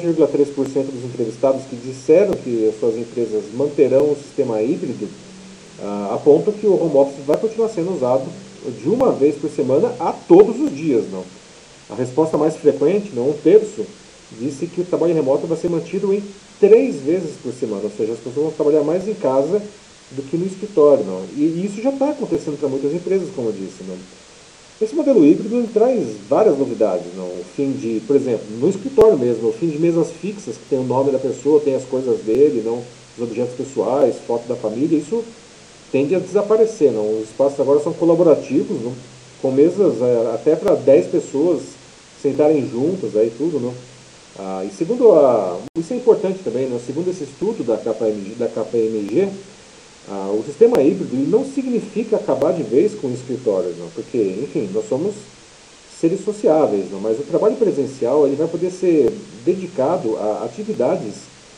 87,3% dos entrevistados que disseram que as suas empresas manterão o sistema híbrido apontam que o home office vai continuar sendo usado de uma vez por semana a todos os dias, não? A resposta mais frequente, não, um terço, disse que o trabalho remoto vai ser mantido em 3 vezes por semana, ou seja, as pessoas vão trabalhar mais em casa do que no escritório, não? E isso já está acontecendo para muitas empresas, como eu disse, não? Esse modelo híbrido traz várias novidades, não? O fim de, por exemplo, no escritório mesmo, o fim de mesas fixas que tem o nome da pessoa, tem as coisas dele, não? Os objetos pessoais, foto da família, isso tende a desaparecer, não? Os espaços agora são colaborativos, não? Com mesas até para 10 pessoas sentarem juntas, aí tudo, não? E segundo isso é importante também, né? Segundo esse estudo da KPMG, o sistema híbrido ele não significa acabar de vez com escritórios, não, porque, enfim, nós somos seres sociáveis, não, mas o trabalho presencial ele vai poder ser dedicado a atividades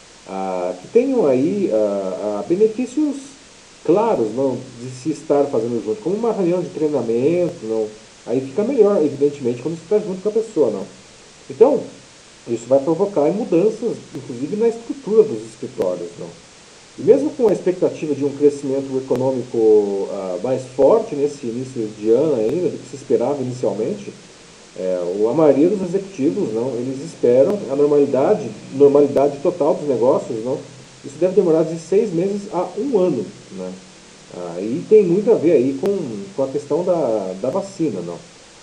que tenham aí benefícios claros, não, de se estar fazendo junto, como uma reunião de treinamento, não, aí fica melhor, evidentemente, quando você está junto com a pessoa, não. Então, isso vai provocar mudanças, inclusive na estrutura dos escritórios, não. E mesmo com a expectativa de um crescimento econômico mais forte nesse início de ano ainda, do que se esperava inicialmente, a maioria dos executivos, não, eles esperam a normalidade total dos negócios, não, isso deve demorar de 6 meses a 1 ano, né? E tem muito a ver aí com a questão da vacina, não.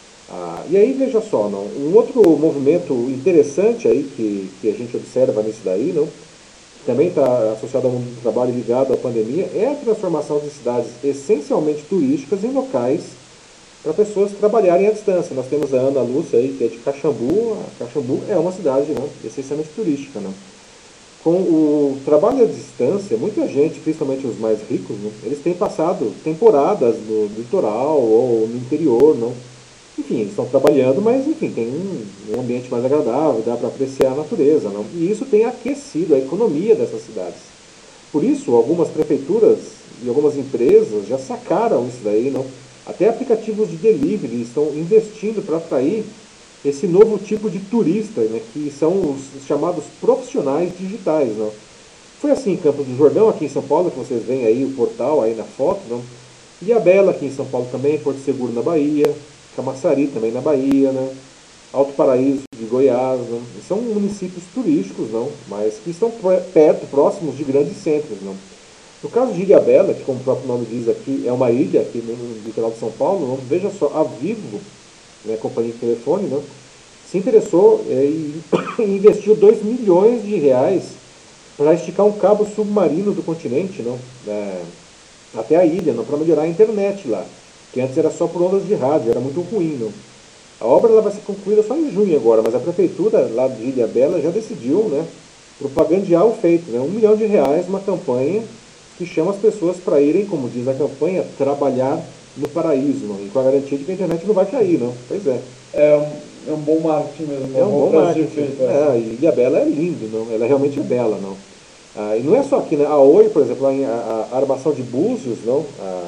E aí veja só, não, um outro movimento interessante aí que a gente observa nisso daí, não, também está associado ao mundo do trabalho ligado à pandemia, é a transformação de cidades essencialmente turísticas em locais para pessoas trabalharem à distância. Nós temos a Ana Lúcia aí, que é de Caxambu. Caxambu é uma cidade, né, essencialmente turística, né? Com o trabalho à distância, muita gente, principalmente os mais ricos, né, eles têm passado temporadas no litoral ou no interior, não? Enfim, eles estão trabalhando, mas enfim, tem um ambiente mais agradável, dá para apreciar a natureza, não? E isso tem aquecido a economia dessas cidades. Por isso, algumas prefeituras e algumas empresas já sacaram isso daí, não? Até aplicativos de delivery estão investindo para atrair esse novo tipo de turista, né, que são os chamados profissionais digitais, não? Foi assim em Campos do Jordão, aqui em São Paulo, que vocês veem aí o portal aí na foto, não? Ilhabela, aqui em São Paulo também, Porto Seguro na Bahia, Camaçari também na Bahia, né? Alto Paraíso de Goiás, né? São municípios turísticos, não, mas que estão perto, próximos de grandes centros, não. No caso de Ilhabela, que como o próprio nome diz aqui, é uma ilha aqui no litoral de São Paulo, não, veja só, a Vivo, né, companhia de telefone, não, se interessou e investiu 2 milhões de reais para esticar um cabo submarino do continente, não, até a ilha, não, para melhorar a internet lá, que antes era só por ondas de rádio, era muito ruim, não. A obra ela vai ser concluída só em junho agora, mas a prefeitura lá de Ilhabela já decidiu, né, propagandear o feito, né, 1 milhão de reais, uma campanha que chama as pessoas para irem, como diz a campanha, trabalhar no paraíso, não, e com a garantia de que a internet não vai cair, não. Pois é. É um bom marketing mesmo. É um bom marketing. E Ilhabela é lindo, não? Ela realmente é bela, não? E não é só aqui, né? A Oi, por exemplo, a armação de Búzios, não?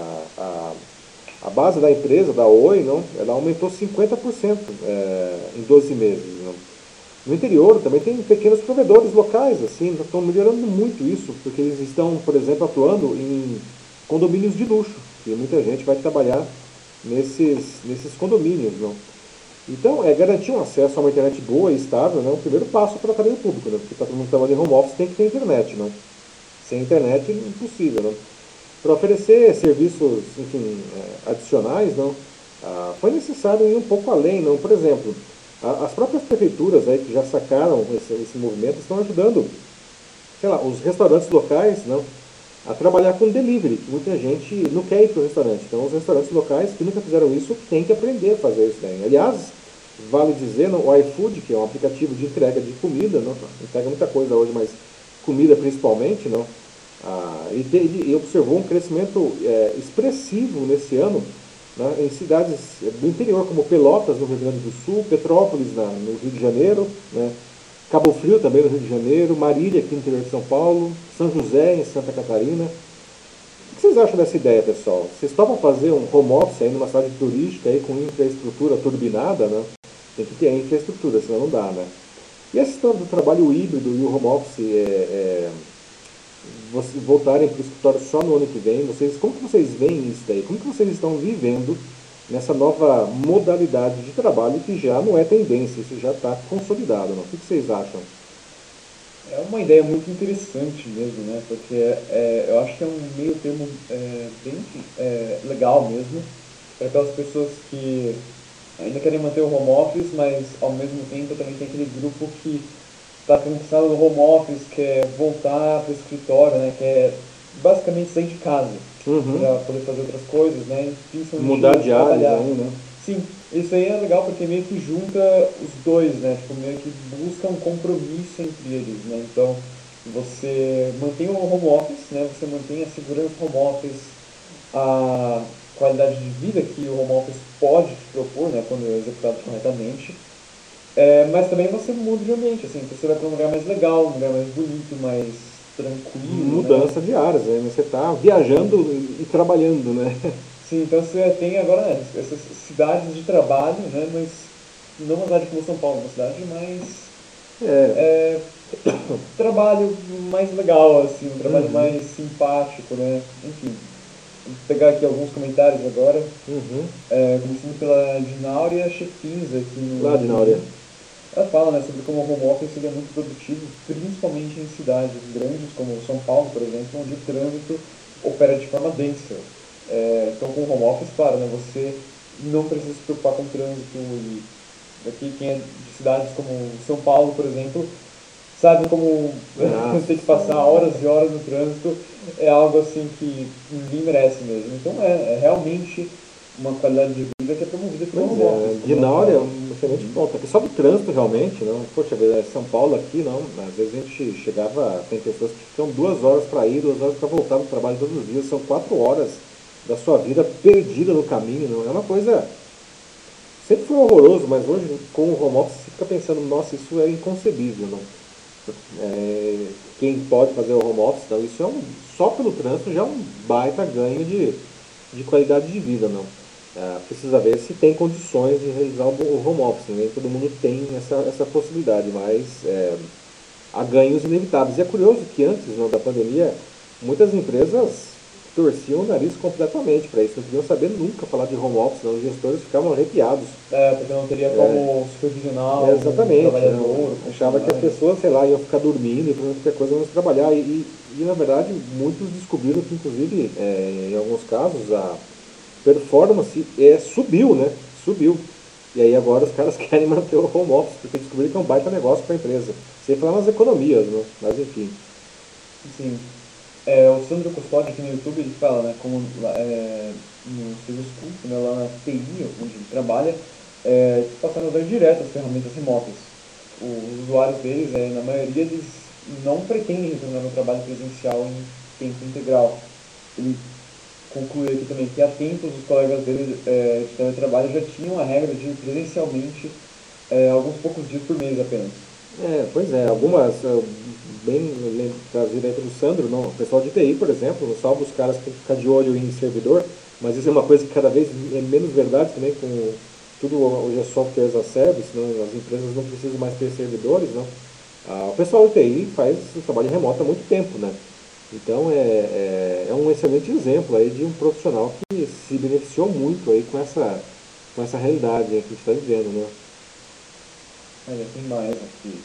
A base da empresa, da Oi, não? Ela aumentou 50% em 12 meses, não? No interior também tem pequenos provedores locais, assim, estão melhorando muito isso, porque eles estão, por exemplo, atuando em condomínios de luxo, e muita gente vai trabalhar nesses condomínios, não? Então, garantir um acesso a uma internet boa e estável, né, é o primeiro passo para o trabalho público, né? Porque para todo mundo trabalhar em home office tem que ter internet, não? Sem internet é impossível, não? Para oferecer serviços, enfim, adicionais, não? Foi necessário ir um pouco além, não? Por exemplo, as próprias prefeituras aí que já sacaram esse movimento estão ajudando, sei lá, os restaurantes locais, não? a trabalhar com delivery, que muita gente não quer ir para o restaurante. Então, os restaurantes locais que nunca fizeram isso têm que aprender a fazer isso daí. Aliás, vale dizer, o iFood, que é um aplicativo de entrega de comida, não, entrega muita coisa hoje, mas comida principalmente, não, ele observou um crescimento expressivo nesse ano, né, em cidades do interior, como Pelotas, no Rio Grande do Sul, Petrópolis, no Rio de Janeiro, né, Cabo Frio também no Rio de Janeiro, Marília aqui no interior de São Paulo, São José em Santa Catarina. O que vocês acham dessa ideia, pessoal? Vocês topam fazer um home office aí numa cidade turística aí com infraestrutura turbinada, né? Tem que ter a infraestrutura, senão não dá, né? E essa história do trabalho híbrido e o home office vocês voltarem para o escritório só no ano que vem, como que vocês veem isso daí? Como que vocês estão vivendo nessa nova modalidade de trabalho que já não é tendência, isso já está consolidado, não? O que vocês acham? É uma ideia muito interessante mesmo, né? Porque eu acho que é um meio termo bem legal mesmo para aquelas pessoas que ainda querem manter o home office, mas ao mesmo tempo também tem aquele grupo que está cansado do home office, quer voltar para o escritório, né? Quer basicamente sair de casa Uhum. para poder fazer outras coisas, né? Mudar Principalmente de áreas trabalhar. aí, né? Sim, isso aí é legal porque meio que junta os dois, né? Tipo, meio que busca um compromisso entre eles, né? Então, você mantém o home office, né? Você mantém a segurança do home office, a qualidade de vida que o home office pode te propor, né? Quando é executado corretamente. Mas também você muda de ambiente, assim, você vai para um lugar mais legal, um lugar mais bonito, mais tranquilo, né? Mudança de áreas, né? Você está viajando e trabalhando, né? Sim, então você tem agora, né, essas cidades de trabalho, né? Mas não uma cidade como São Paulo, uma cidade mais É. é, trabalho mais legal, assim, um trabalho Uhum. mais simpático, né? Enfim, vou pegar aqui alguns comentários agora, Uhum. começando pela Dinauria Chefins aqui no Lá de Náurea. YouTube. Ela fala, né, sobre como o home office ele é muito produtivo, principalmente em cidades grandes como São Paulo, por exemplo, onde o trânsito opera de forma densa. Então, com o home office, claro, né, você não precisa se preocupar com o trânsito. E daqui, quem é de cidades como São Paulo, por exemplo, sabe como Nossa ter que passar senhora. horas e horas no trânsito é algo assim que ninguém merece mesmo. Então é realmente uma qualidade de vida que é promovida pelo Pois home é, office, de como ela Náurea é fala. um excelente Uhum. ponto. Aqui só do trânsito realmente, não. Poxa vida, São Paulo aqui não. Às vezes a gente chegava, tem pessoas que ficam 2 horas para ir, 2 horas para voltar do trabalho todos os dias. São 4 horas da sua vida perdida no caminho, não. É uma coisa. Sempre foi horroroso, mas hoje com o home office você fica pensando, nossa, isso é inconcebível, não. Quem pode fazer o home office, não, isso só pelo trânsito já é um baita ganho de qualidade de vida, não. Precisa ver se tem condições de realizar o home office, nem todo mundo tem essa possibilidade, mas há ganhos inevitáveis. E é curioso que antes, não, da pandemia, muitas empresas torciam o nariz completamente para isso, não queriam saber nunca falar de home office, não. Os gestores ficavam arrepiados. Porque não teria como supervisionar o Exatamente, trabalhador, não. o Achava que as funcionário. pessoas, sei lá, iam ficar dormindo e fazendo qualquer coisa, menos trabalhar. E, na verdade, muitos descobriram que, inclusive, em alguns casos, a performance subiu, né? Subiu. E aí agora os caras querem manter o home office, porque descobriram que é um baita negócio para a empresa. Sem falar nas economias, né? Mas enfim. Sim. O Sandro Custódio aqui no YouTube, ele fala, né, como no serviço público, né, lá na TI, onde ele trabalha, eles passaram a usar direto as ferramentas remotas. Os usuários deles, na maioria, eles não pretendem retornar no trabalho presencial em tempo integral. Ele conclui aqui também que há tempos os colegas dele de teletrabalho já tinham a regra de ir presencialmente alguns poucos dias por mês apenas. Pois é, algumas, bem trazido aí pelo Sandro, não, o pessoal de TI, por exemplo, salvo os caras que tem que ficar de olho em servidor, mas isso é uma coisa que cada vez é menos verdade também, com tudo hoje é software as a service, não, as empresas não precisam mais ter servidores, não. O pessoal de TI faz o trabalho remoto há muito tempo, né? Então é um excelente exemplo aí de um profissional que se beneficiou muito aí com essa realidade que a gente está vivendo, né? Olha, tem mais aqui.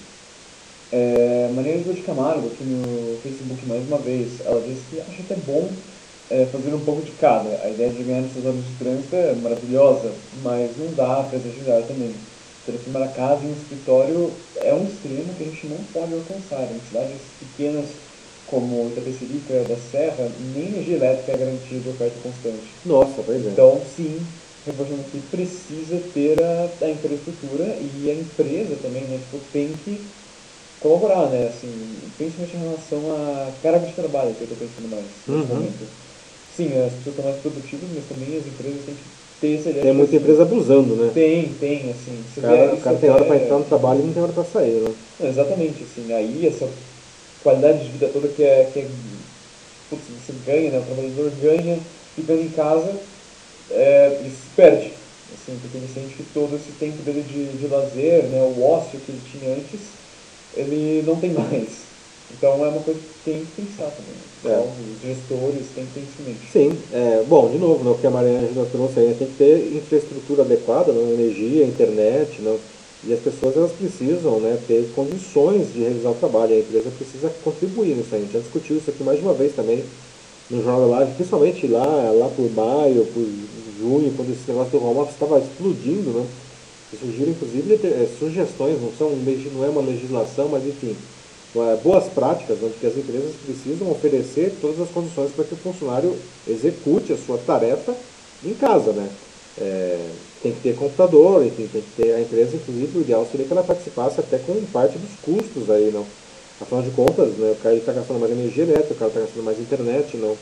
Maria Angela de Camargo, aqui no Facebook mais uma vez, ela disse que acha que é bom fazer um pouco de cada. A ideia de ganhar essas horas de trânsito é maravilhosa, mas não dá para exagerar também. Transformar a casa em um escritório é um extremo que a gente não pode alcançar. Em cidades pequenas como Itapecerica da Serra, nem energia elétrica é garantia de oferta constante. Nossa, pois é. Então, sim, reforçando aqui, precisa ter a infraestrutura e a empresa também, né, tipo, tem que colaborar, né, assim, principalmente em relação à carga de trabalho que eu estou pensando mais nesse momento. Sim, as pessoas estão mais produtivas, mas também as empresas têm que ter essa ideia. Tem muita empresa abusando, né? Tem, assim. O cara tem hora para entrar no trabalho e não tem hora para sair, né? Exatamente, assim, aí essa qualidade de vida toda putz, você ganha, né, o trabalhador ganha ficando em casa, ele se perde, assim, porque ele sente que todo esse tempo dele de lazer, né, o ócio que ele tinha antes, ele não tem mais. Então é uma coisa que tem que pensar também. Então, os gestores têm que ter isso em mente. Sim, bom, de novo, né, o que a Mariana trouxe aí, né, tem que ter infraestrutura adequada, né, energia, internet, né, e as pessoas elas precisam, né, ter condições de realizar o trabalho, a empresa precisa contribuir nisso aí. A gente já discutiu isso aqui mais de uma vez também no Jornal da Live, principalmente lá por maio, por junho, quando esse negócio do home office estava explodindo, né, e surgiram inclusive sugestões, não é uma legislação, mas enfim, boas práticas, onde que as empresas precisam oferecer todas as condições para que o funcionário execute a sua tarefa em casa, né? Tem que ter computador, enfim, tem que ter a empresa, inclusive, o ideal seria que ela participasse até com parte dos custos aí, não? Afinal de contas, né, o cara está gastando mais energia elétrica, o cara está gastando mais internet, não?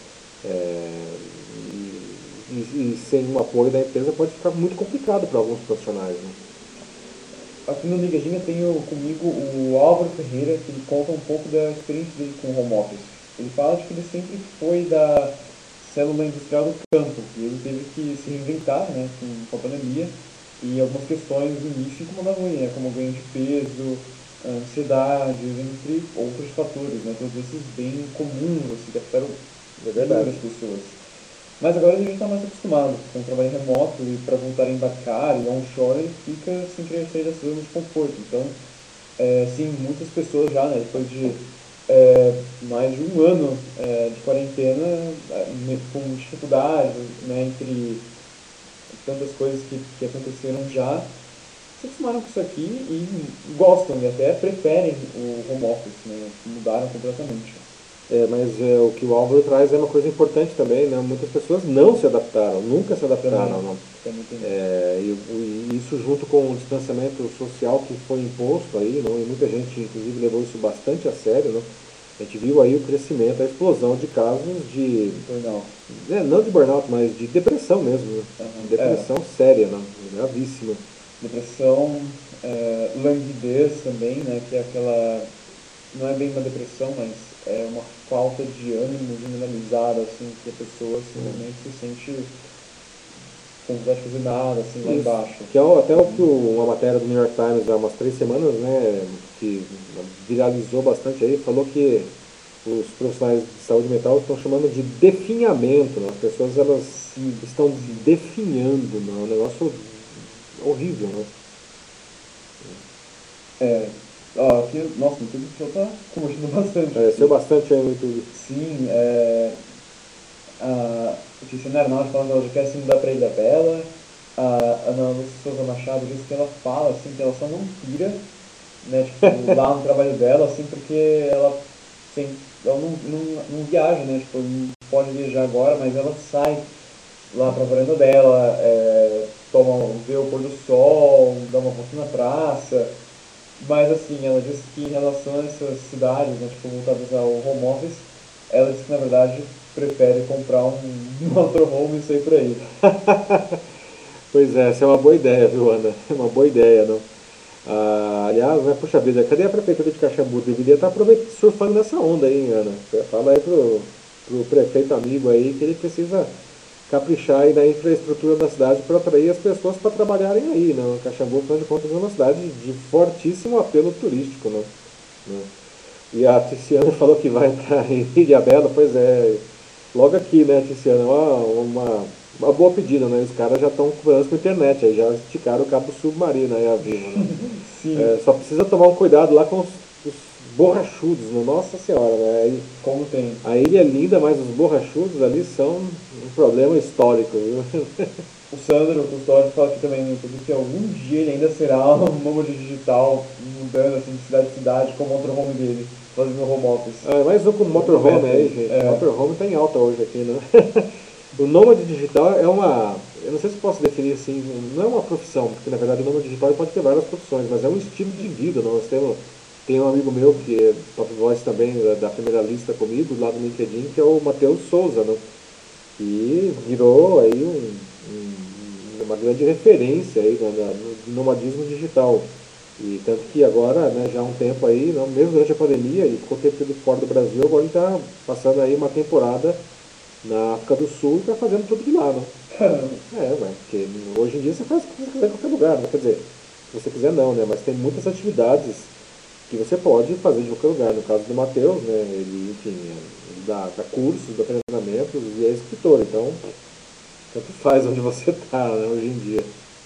E sem o apoio da empresa pode ficar muito complicado para alguns profissionais, né? Aqui no Ligadinha tenho comigo o Álvaro Ferreira, que ele conta um pouco da experiência dele com o home office. Ele fala de que ele sempre foi da célula industrial do campo, e ele teve que se reinventar, né, com a pandemia, e algumas questões no início incomodavam ele, né, como ganho de peso, ansiedade, entre outros fatores, né, todos esses bem comuns, assim, que afetaram inúmeras pessoas. Mas agora a gente está mais acostumado com o trabalho remoto e para voltar a embarcar e onshore ele fica sem querer sair da zona de conforto. Então, sim, muitas pessoas já, né, depois de mais de um ano de quarentena, com dificuldades, né, entre tantas coisas que aconteceram já, se acostumaram com isso aqui e gostam e até preferem o home office, né, mudaram completamente. Mas o que o Álvaro traz é uma coisa importante também, né? Muitas pessoas não se adaptaram, nunca se adaptaram. Não. E isso junto com o distanciamento social que foi imposto aí, não? E muita gente, inclusive, levou isso bastante a sério. Não? A gente viu aí o crescimento, a explosão de casos de... Burnout. Não de burnout, mas de depressão mesmo. Né? Depressão séria, né? Gravíssima. Depressão, languidez também, né? Que é aquela... Não é bem uma depressão, mas é uma falta de ânimo generalizada, assim, que a pessoa simplesmente se sente com vontade de fazer nada, assim, lá embaixo. Que é até uma matéria do New York Times há umas 3 semanas, né, que viralizou bastante aí, falou que os profissionais de saúde mental estão chamando de definhamento, né? As pessoas elas estão definhando, né? É um negócio horrível, né? Aqui, nossa, o YouTube já está curtindo bastante. Cresceu bastante aí no YouTube. Sim, a Tiziana Arnaldo falando que ela já quer se mudar para Ilha Bela. A Ana Lúcia Souza Machado diz que ela fala assim, que ela só não pira, né, tipo, lá no trabalho dela, assim, porque ela não viaja, né, tipo, não pode viajar agora, mas ela sai lá para a varanda dela, vê o pôr do sol, dá uma volta na praça. Mas assim, ela disse que em relação a essas cidades, né, tipo, voltadas ao home office, ela disse que na verdade prefere comprar um motorhome e sair por aí. Pois é, essa é uma boa ideia, viu, Ana? É uma boa ideia, não? Aliás, né, puxa vida, cadê a prefeitura de Caxambu? Deveria estar surfando nessa onda aí, Ana. Fala aí pro prefeito amigo aí que ele precisa caprichar aí na infraestrutura da cidade para atrair as pessoas para trabalharem aí, né? Caxambu, afinal de contas, é uma cidade de fortíssimo apelo turístico, né? E a Tiziana falou que vai para Ilhabela, pois é, logo aqui, né, Tiziana, uma boa pedida, né? Os caras já estão com problemas com a internet, aí já esticaram o cabo submarino aí a Vivo, né? Sim. Só precisa tomar um cuidado lá com os borrachudos, né? Nossa senhora, né? Como tem. A ilha é linda, mas os borrachudos ali são um problema histórico, viu? O Sandro, o custódio, fala aqui também no YouTube que algum dia ele ainda será um nômade digital, mudando assim, de cidade em cidade, como o motorhome dele. fazendo home office. Mais um com motorhome aí, gente. Motorhome tá em alta hoje aqui, né? O nômade digital é uma... Eu não sei se posso definir assim, não é uma profissão, porque na verdade o nômade digital pode ter várias profissões, mas é um estilo de vida. Nós temos... Tem um amigo meu que é top voice também, da primeira lista comigo, lá do LinkedIn, que é o Matheus Souza, né? E virou aí uma grande referência aí no nomadismo digital. E tanto que agora, né, já há um tempo aí, não, mesmo durante a pandemia, ele ficou tempo fora do Brasil, agora ele está passando aí uma temporada na África do Sul e está fazendo tudo de lá, né? Porque hoje em dia você faz o que você quiser em qualquer lugar, né? Quer dizer, se você quiser não, né? Mas tem muitas atividades que você pode fazer de qualquer lugar. No caso do Matheus, né? Ele, enfim, ele dá cursos, dá treinamentos e é escritor, então tanto faz onde você está, né, hoje em dia.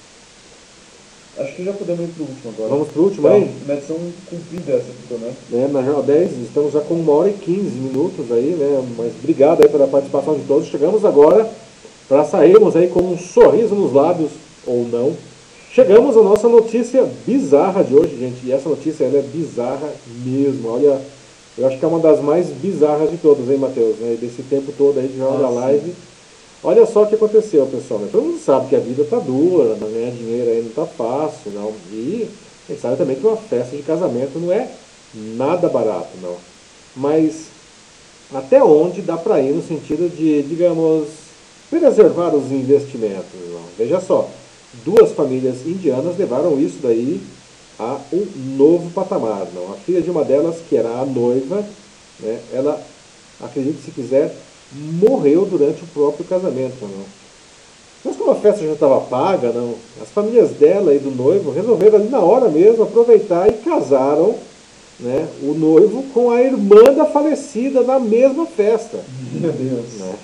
Acho que já podemos ir pro último agora. Vamos pro último aí? Uma edição comprida essa aqui, né? Na Jornal 10, estamos já com 1h15 aí, né? Mas obrigado aí pela participação de todos. Chegamos agora para sairmos aí com um sorriso nos lábios, ou não. Chegamos à nossa notícia bizarra de hoje, gente. E essa notícia ela é bizarra mesmo. Olha, eu acho que é uma das mais bizarras de todas, hein, Matheus? Né? Desse tempo todo aí de Jornal da Live. Olha só o que aconteceu, pessoal. Todo mundo sabe que a vida tá dura, não ganhar dinheiro aí não tá fácil, não. E a gente sabe também que uma festa de casamento não é nada barato, não. Mas até onde dá para ir no sentido de, digamos, preservar os investimentos, não? Veja só, duas famílias indianas levaram isso daí a um novo patamar, não. A filha de uma delas, que era a noiva, né, ela, acredite se quiser, morreu durante o próprio casamento, não. Mas como a festa já estava paga, não, as famílias dela e do noivo resolveram ali na hora mesmo aproveitar e casaram, né, o noivo com a irmã da falecida na mesma festa. Meu Deus. Né?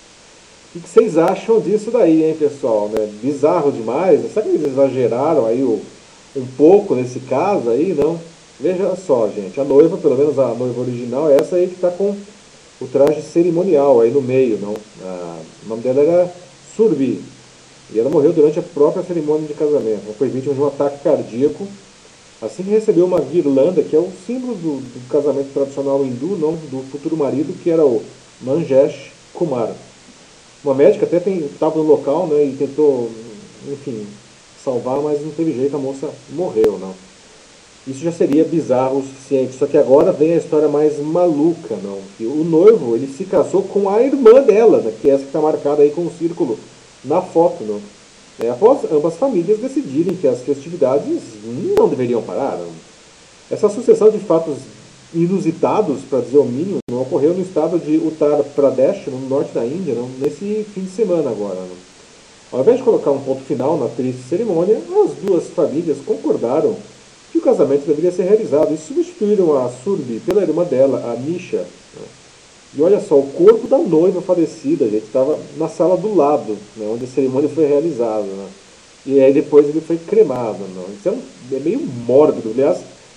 O que vocês acham disso daí, hein, pessoal? Né? Bizarro demais? Será que eles exageraram aí um pouco nesse caso aí, não? Veja só, gente, a noiva, pelo menos a noiva original, é essa aí que está com o traje cerimonial aí no meio, não? O nome dela era Surbi. E ela morreu durante a própria cerimônia de casamento. Ela foi vítima de um ataque cardíaco. Assim que recebeu uma guirlanda, que é o símbolo do casamento tradicional hindu, não do futuro marido, que era o Manjesh Kumar. Uma médica até estava no local, né, e tentou, enfim, salvar, mas não teve jeito, a moça morreu, não. Isso já seria bizarro o suficiente. Só que agora vem a história mais maluca, não. Que o noivo, ele se casou com a irmã dela, né, que é essa que está marcada aí com um círculo na foto, não. Após ambas famílias decidirem que as festividades não deveriam parar, não. Essa sucessão de fatos inusitados, para dizer o mínimo, não ocorreu no estado de Uttar Pradesh, no norte da Índia, não, nesse fim de semana agora, não. Ao invés de colocar um ponto final na triste cerimônia, as duas famílias concordaram que o casamento deveria ser realizado e substituíram a Surbi pela irmã dela, a Nisha. Né? E olha só, o corpo da noiva falecida, gente, estava na sala do lado, né, onde a cerimônia foi realizada. Né? E aí depois ele foi cremado. Não? Isso é meio mórbido, aliás,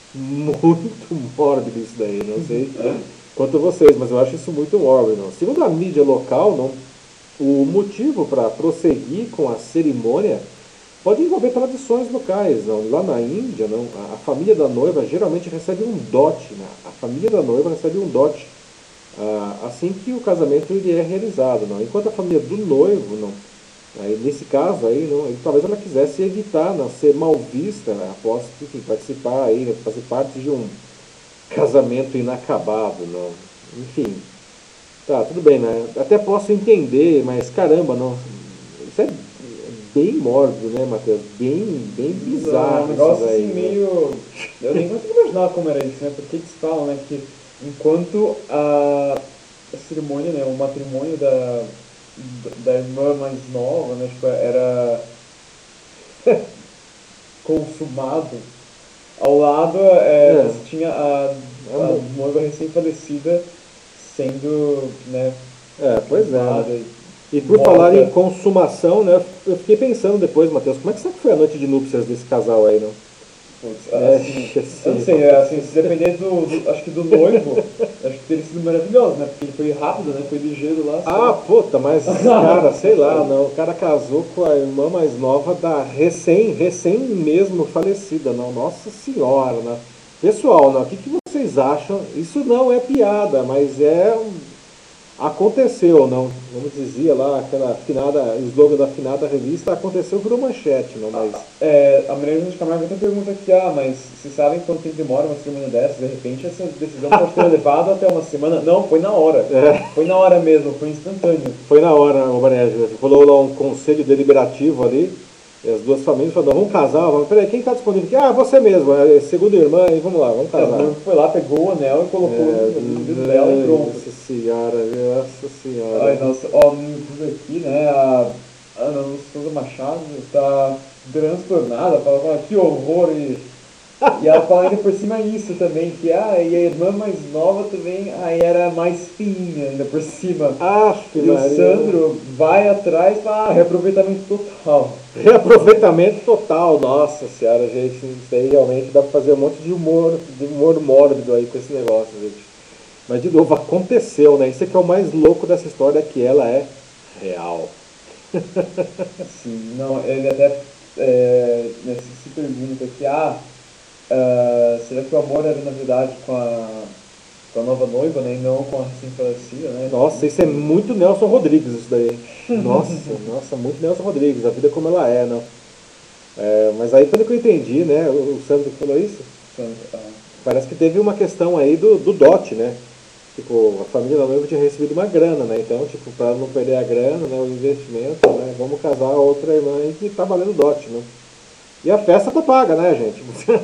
muito mórbido isso daí, não sei quanto a vocês, mas eu acho isso muito mórbido. Não? Segundo a mídia local, não, o motivo para prosseguir com a cerimônia pode envolver tradições locais. Não? Lá na Índia, não, a família da noiva geralmente recebe um dote. Né? A família da noiva recebe um dote assim que o casamento ele é realizado. Não? Enquanto a família do noivo, não, aí, nesse caso, aí, não, talvez ela quisesse evitar não, ser mal vista, né, após, enfim, participar, aí, né, fazer parte de um casamento inacabado. Não? Enfim, tá, tudo bem, né? Até posso entender, mas caramba, não, isso é bem mórbido, né, Matheus? Bem bizarro. Um negócio aí, assim, né? meio... Eu nem consigo imaginar como era isso, né? Porque eles falam, né, que enquanto a cerimônia, né, o matrimônio da irmã mais nova, né, tipo, era consumado, ao lado você tinha a noiva recém-falecida sendo, né, pois é. né? E por falar em consumação, né, eu fiquei pensando depois, Matheus, como é que será que foi a noite de núpcias desse casal aí, não? Eu não sei, assim, se depender acho que do noivo, acho que teria sido maravilhoso, né? Porque ele foi rápido, né? Foi ligeiro lá. Puta, mas cara, sei lá, não. O cara casou com a irmã mais nova da recém mesmo falecida, não. Nossa senhora, né? Pessoal, não, o que vocês vocês acham? Isso não é piada, mas aconteceu, não? Como dizia lá, aquela afinada, o slogan da afinada revista, aconteceu, virou manchete, não? Mas A Maria de Camargo até pergunta aqui, mas vocês sabem quanto tempo demora uma cerimônia dessa? De repente essa decisão pode ter levado até uma semana? Não, foi na hora. Foi na hora mesmo, foi instantâneo. foi na hora, o Banégio. Falou lá um conselho deliberativo ali, e as duas famílias falaram, vamos casar, peraí, quem está disponível aqui? Ah, você mesmo, é segunda irmã, e vamos lá, vamos casar. O noivo foi lá, pegou o anel e colocou no dedo dela e pronto. Nossa senhora. Ai, nossa, ó, no YouTube aqui, né, a Ana Souza Machado está transtornada, fala, que horror, e ela fala ainda por cima isso também, que e a irmã mais nova também, aí era mais fininha ainda por cima. E o Sandro vai atrás para reaproveitamento total. Reaproveitamento total, nossa senhora, gente, isso aí realmente dá pra fazer um monte de humor mórbido aí com esse negócio, gente. Mas de novo, aconteceu, né? Isso é que é o mais louco dessa história, que ela é real. Sim, não, ele até se pergunta aqui, será que o amor era na verdade com a nova noiva, né, e não com a recém-falecida, né? Nossa, isso é muito Nelson Rodrigues, isso daí. Nossa, muito Nelson Rodrigues, a vida como ela é, não? Mas aí, pelo que eu entendi, né, o Sandro falou isso, parece que teve uma questão aí do dote, né? Tipo, a família da noiva tinha recebido uma grana, né? Então, tipo, para não perder a grana, né, o investimento, né, vamos casar a outra irmã aí que tá valendo dote, né? E a festa tá paga, né, gente?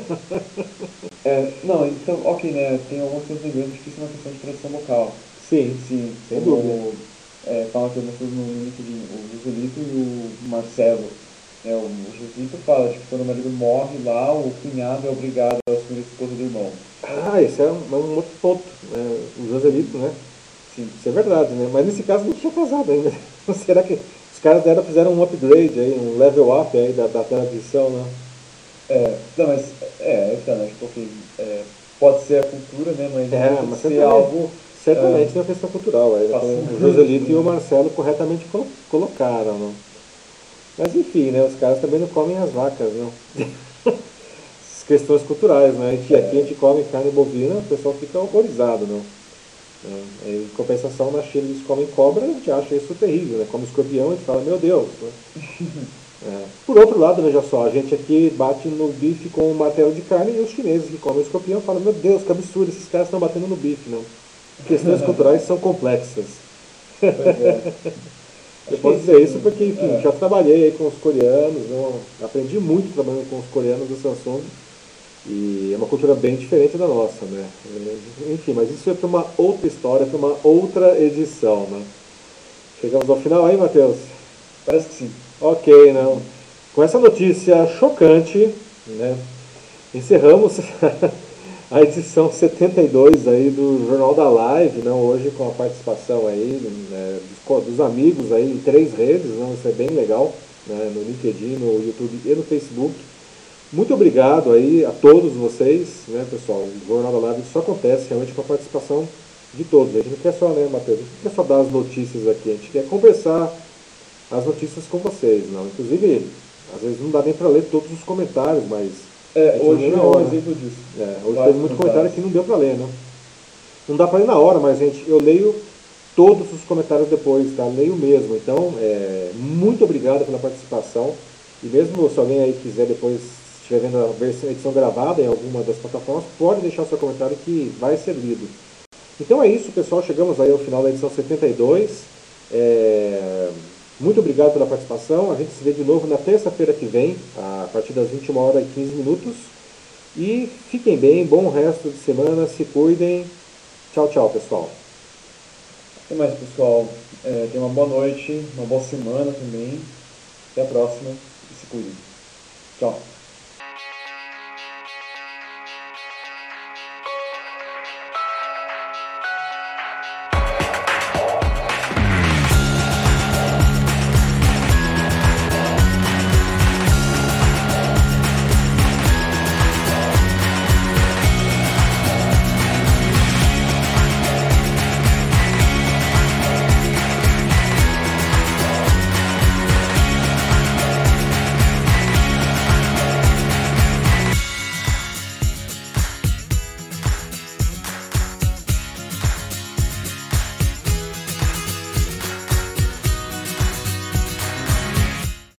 Não, então, ok, né, tem algumas coisas lembrando que isso é uma questão de tradição local. Sim, sem dúvida. Fala que algumas coisas no LinkedIn, o Joselito e o Marcelo. O Joselito fala que quando o marido morre lá, o cunhado é obrigado a assumir a esposa do irmão. Esse é um outro ponto, né? O Joselito, né? Sim. Isso é verdade, né? Mas nesse caso não tinha casado ainda. Será que os caras fizeram um upgrade aí, um level up aí da tradição, né? Não, mas pode ser a cultura, né? Mas ser algo. Certamente tem uma questão cultural aí, né? O Joselito e o Marcelo corretamente colocaram, né? Mas enfim, né? Os caras também não comem as vacas, não. Questões culturais, né? Aqui a gente come carne bovina, o pessoal fica horrorizado, não? Em compensação, na China eles comem cobra, a gente acha isso terrível, né? Come escorpião, a gente fala, meu Deus, né? Por outro lado, veja só, a gente aqui bate no bife com um martelo de carne e os chineses que comem escorpião falam, meu Deus, que absurdo, esses caras estão batendo no bife, não? Questões culturais são complexas. Eu posso dizer isso porque, enfim, já trabalhei aí com os coreanos, aprendi muito trabalhando com os coreanos do Samsung. E é uma cultura bem diferente da nossa, né? Enfim, mas isso é para uma outra história, para uma outra edição, né? Chegamos ao final aí, Matheus? Parece que sim. Ok, não. Com essa notícia chocante, né? Encerramos a edição 72 aí do Jornal da Live, não? Hoje com a participação aí, né, dos amigos aí em 3 redes, não? Isso é bem legal, né? No LinkedIn, no YouTube e no Facebook. Muito obrigado aí a todos vocês, né, pessoal? O Jornal da Live só acontece realmente com a participação de todos. A gente não quer só, né, Matheus? A gente não quer só dar as notícias aqui, a gente quer conversar as notícias com vocês, não? Inclusive, às vezes não dá nem para ler todos os comentários, mas... hoje é um exemplo disso. Hoje teve muito comentário que não deu para ler, né? Não dá para ler na hora, mas, gente, eu leio todos os comentários depois, tá? Leio mesmo. Então, muito obrigado pela participação. E mesmo se alguém aí quiser depois... estiver vendo a edição gravada em alguma das plataformas, pode deixar o seu comentário que vai ser lido. Então é isso, pessoal. Chegamos aí ao final da edição 72. Muito obrigado pela participação. A gente se vê de novo na terça-feira que vem, a partir das 21h15. E fiquem bem, bom resto de semana, se cuidem. Tchau, tchau, pessoal. Até mais, pessoal. Tenham uma boa noite, uma boa semana também. Até a próxima e se cuidem. Tchau.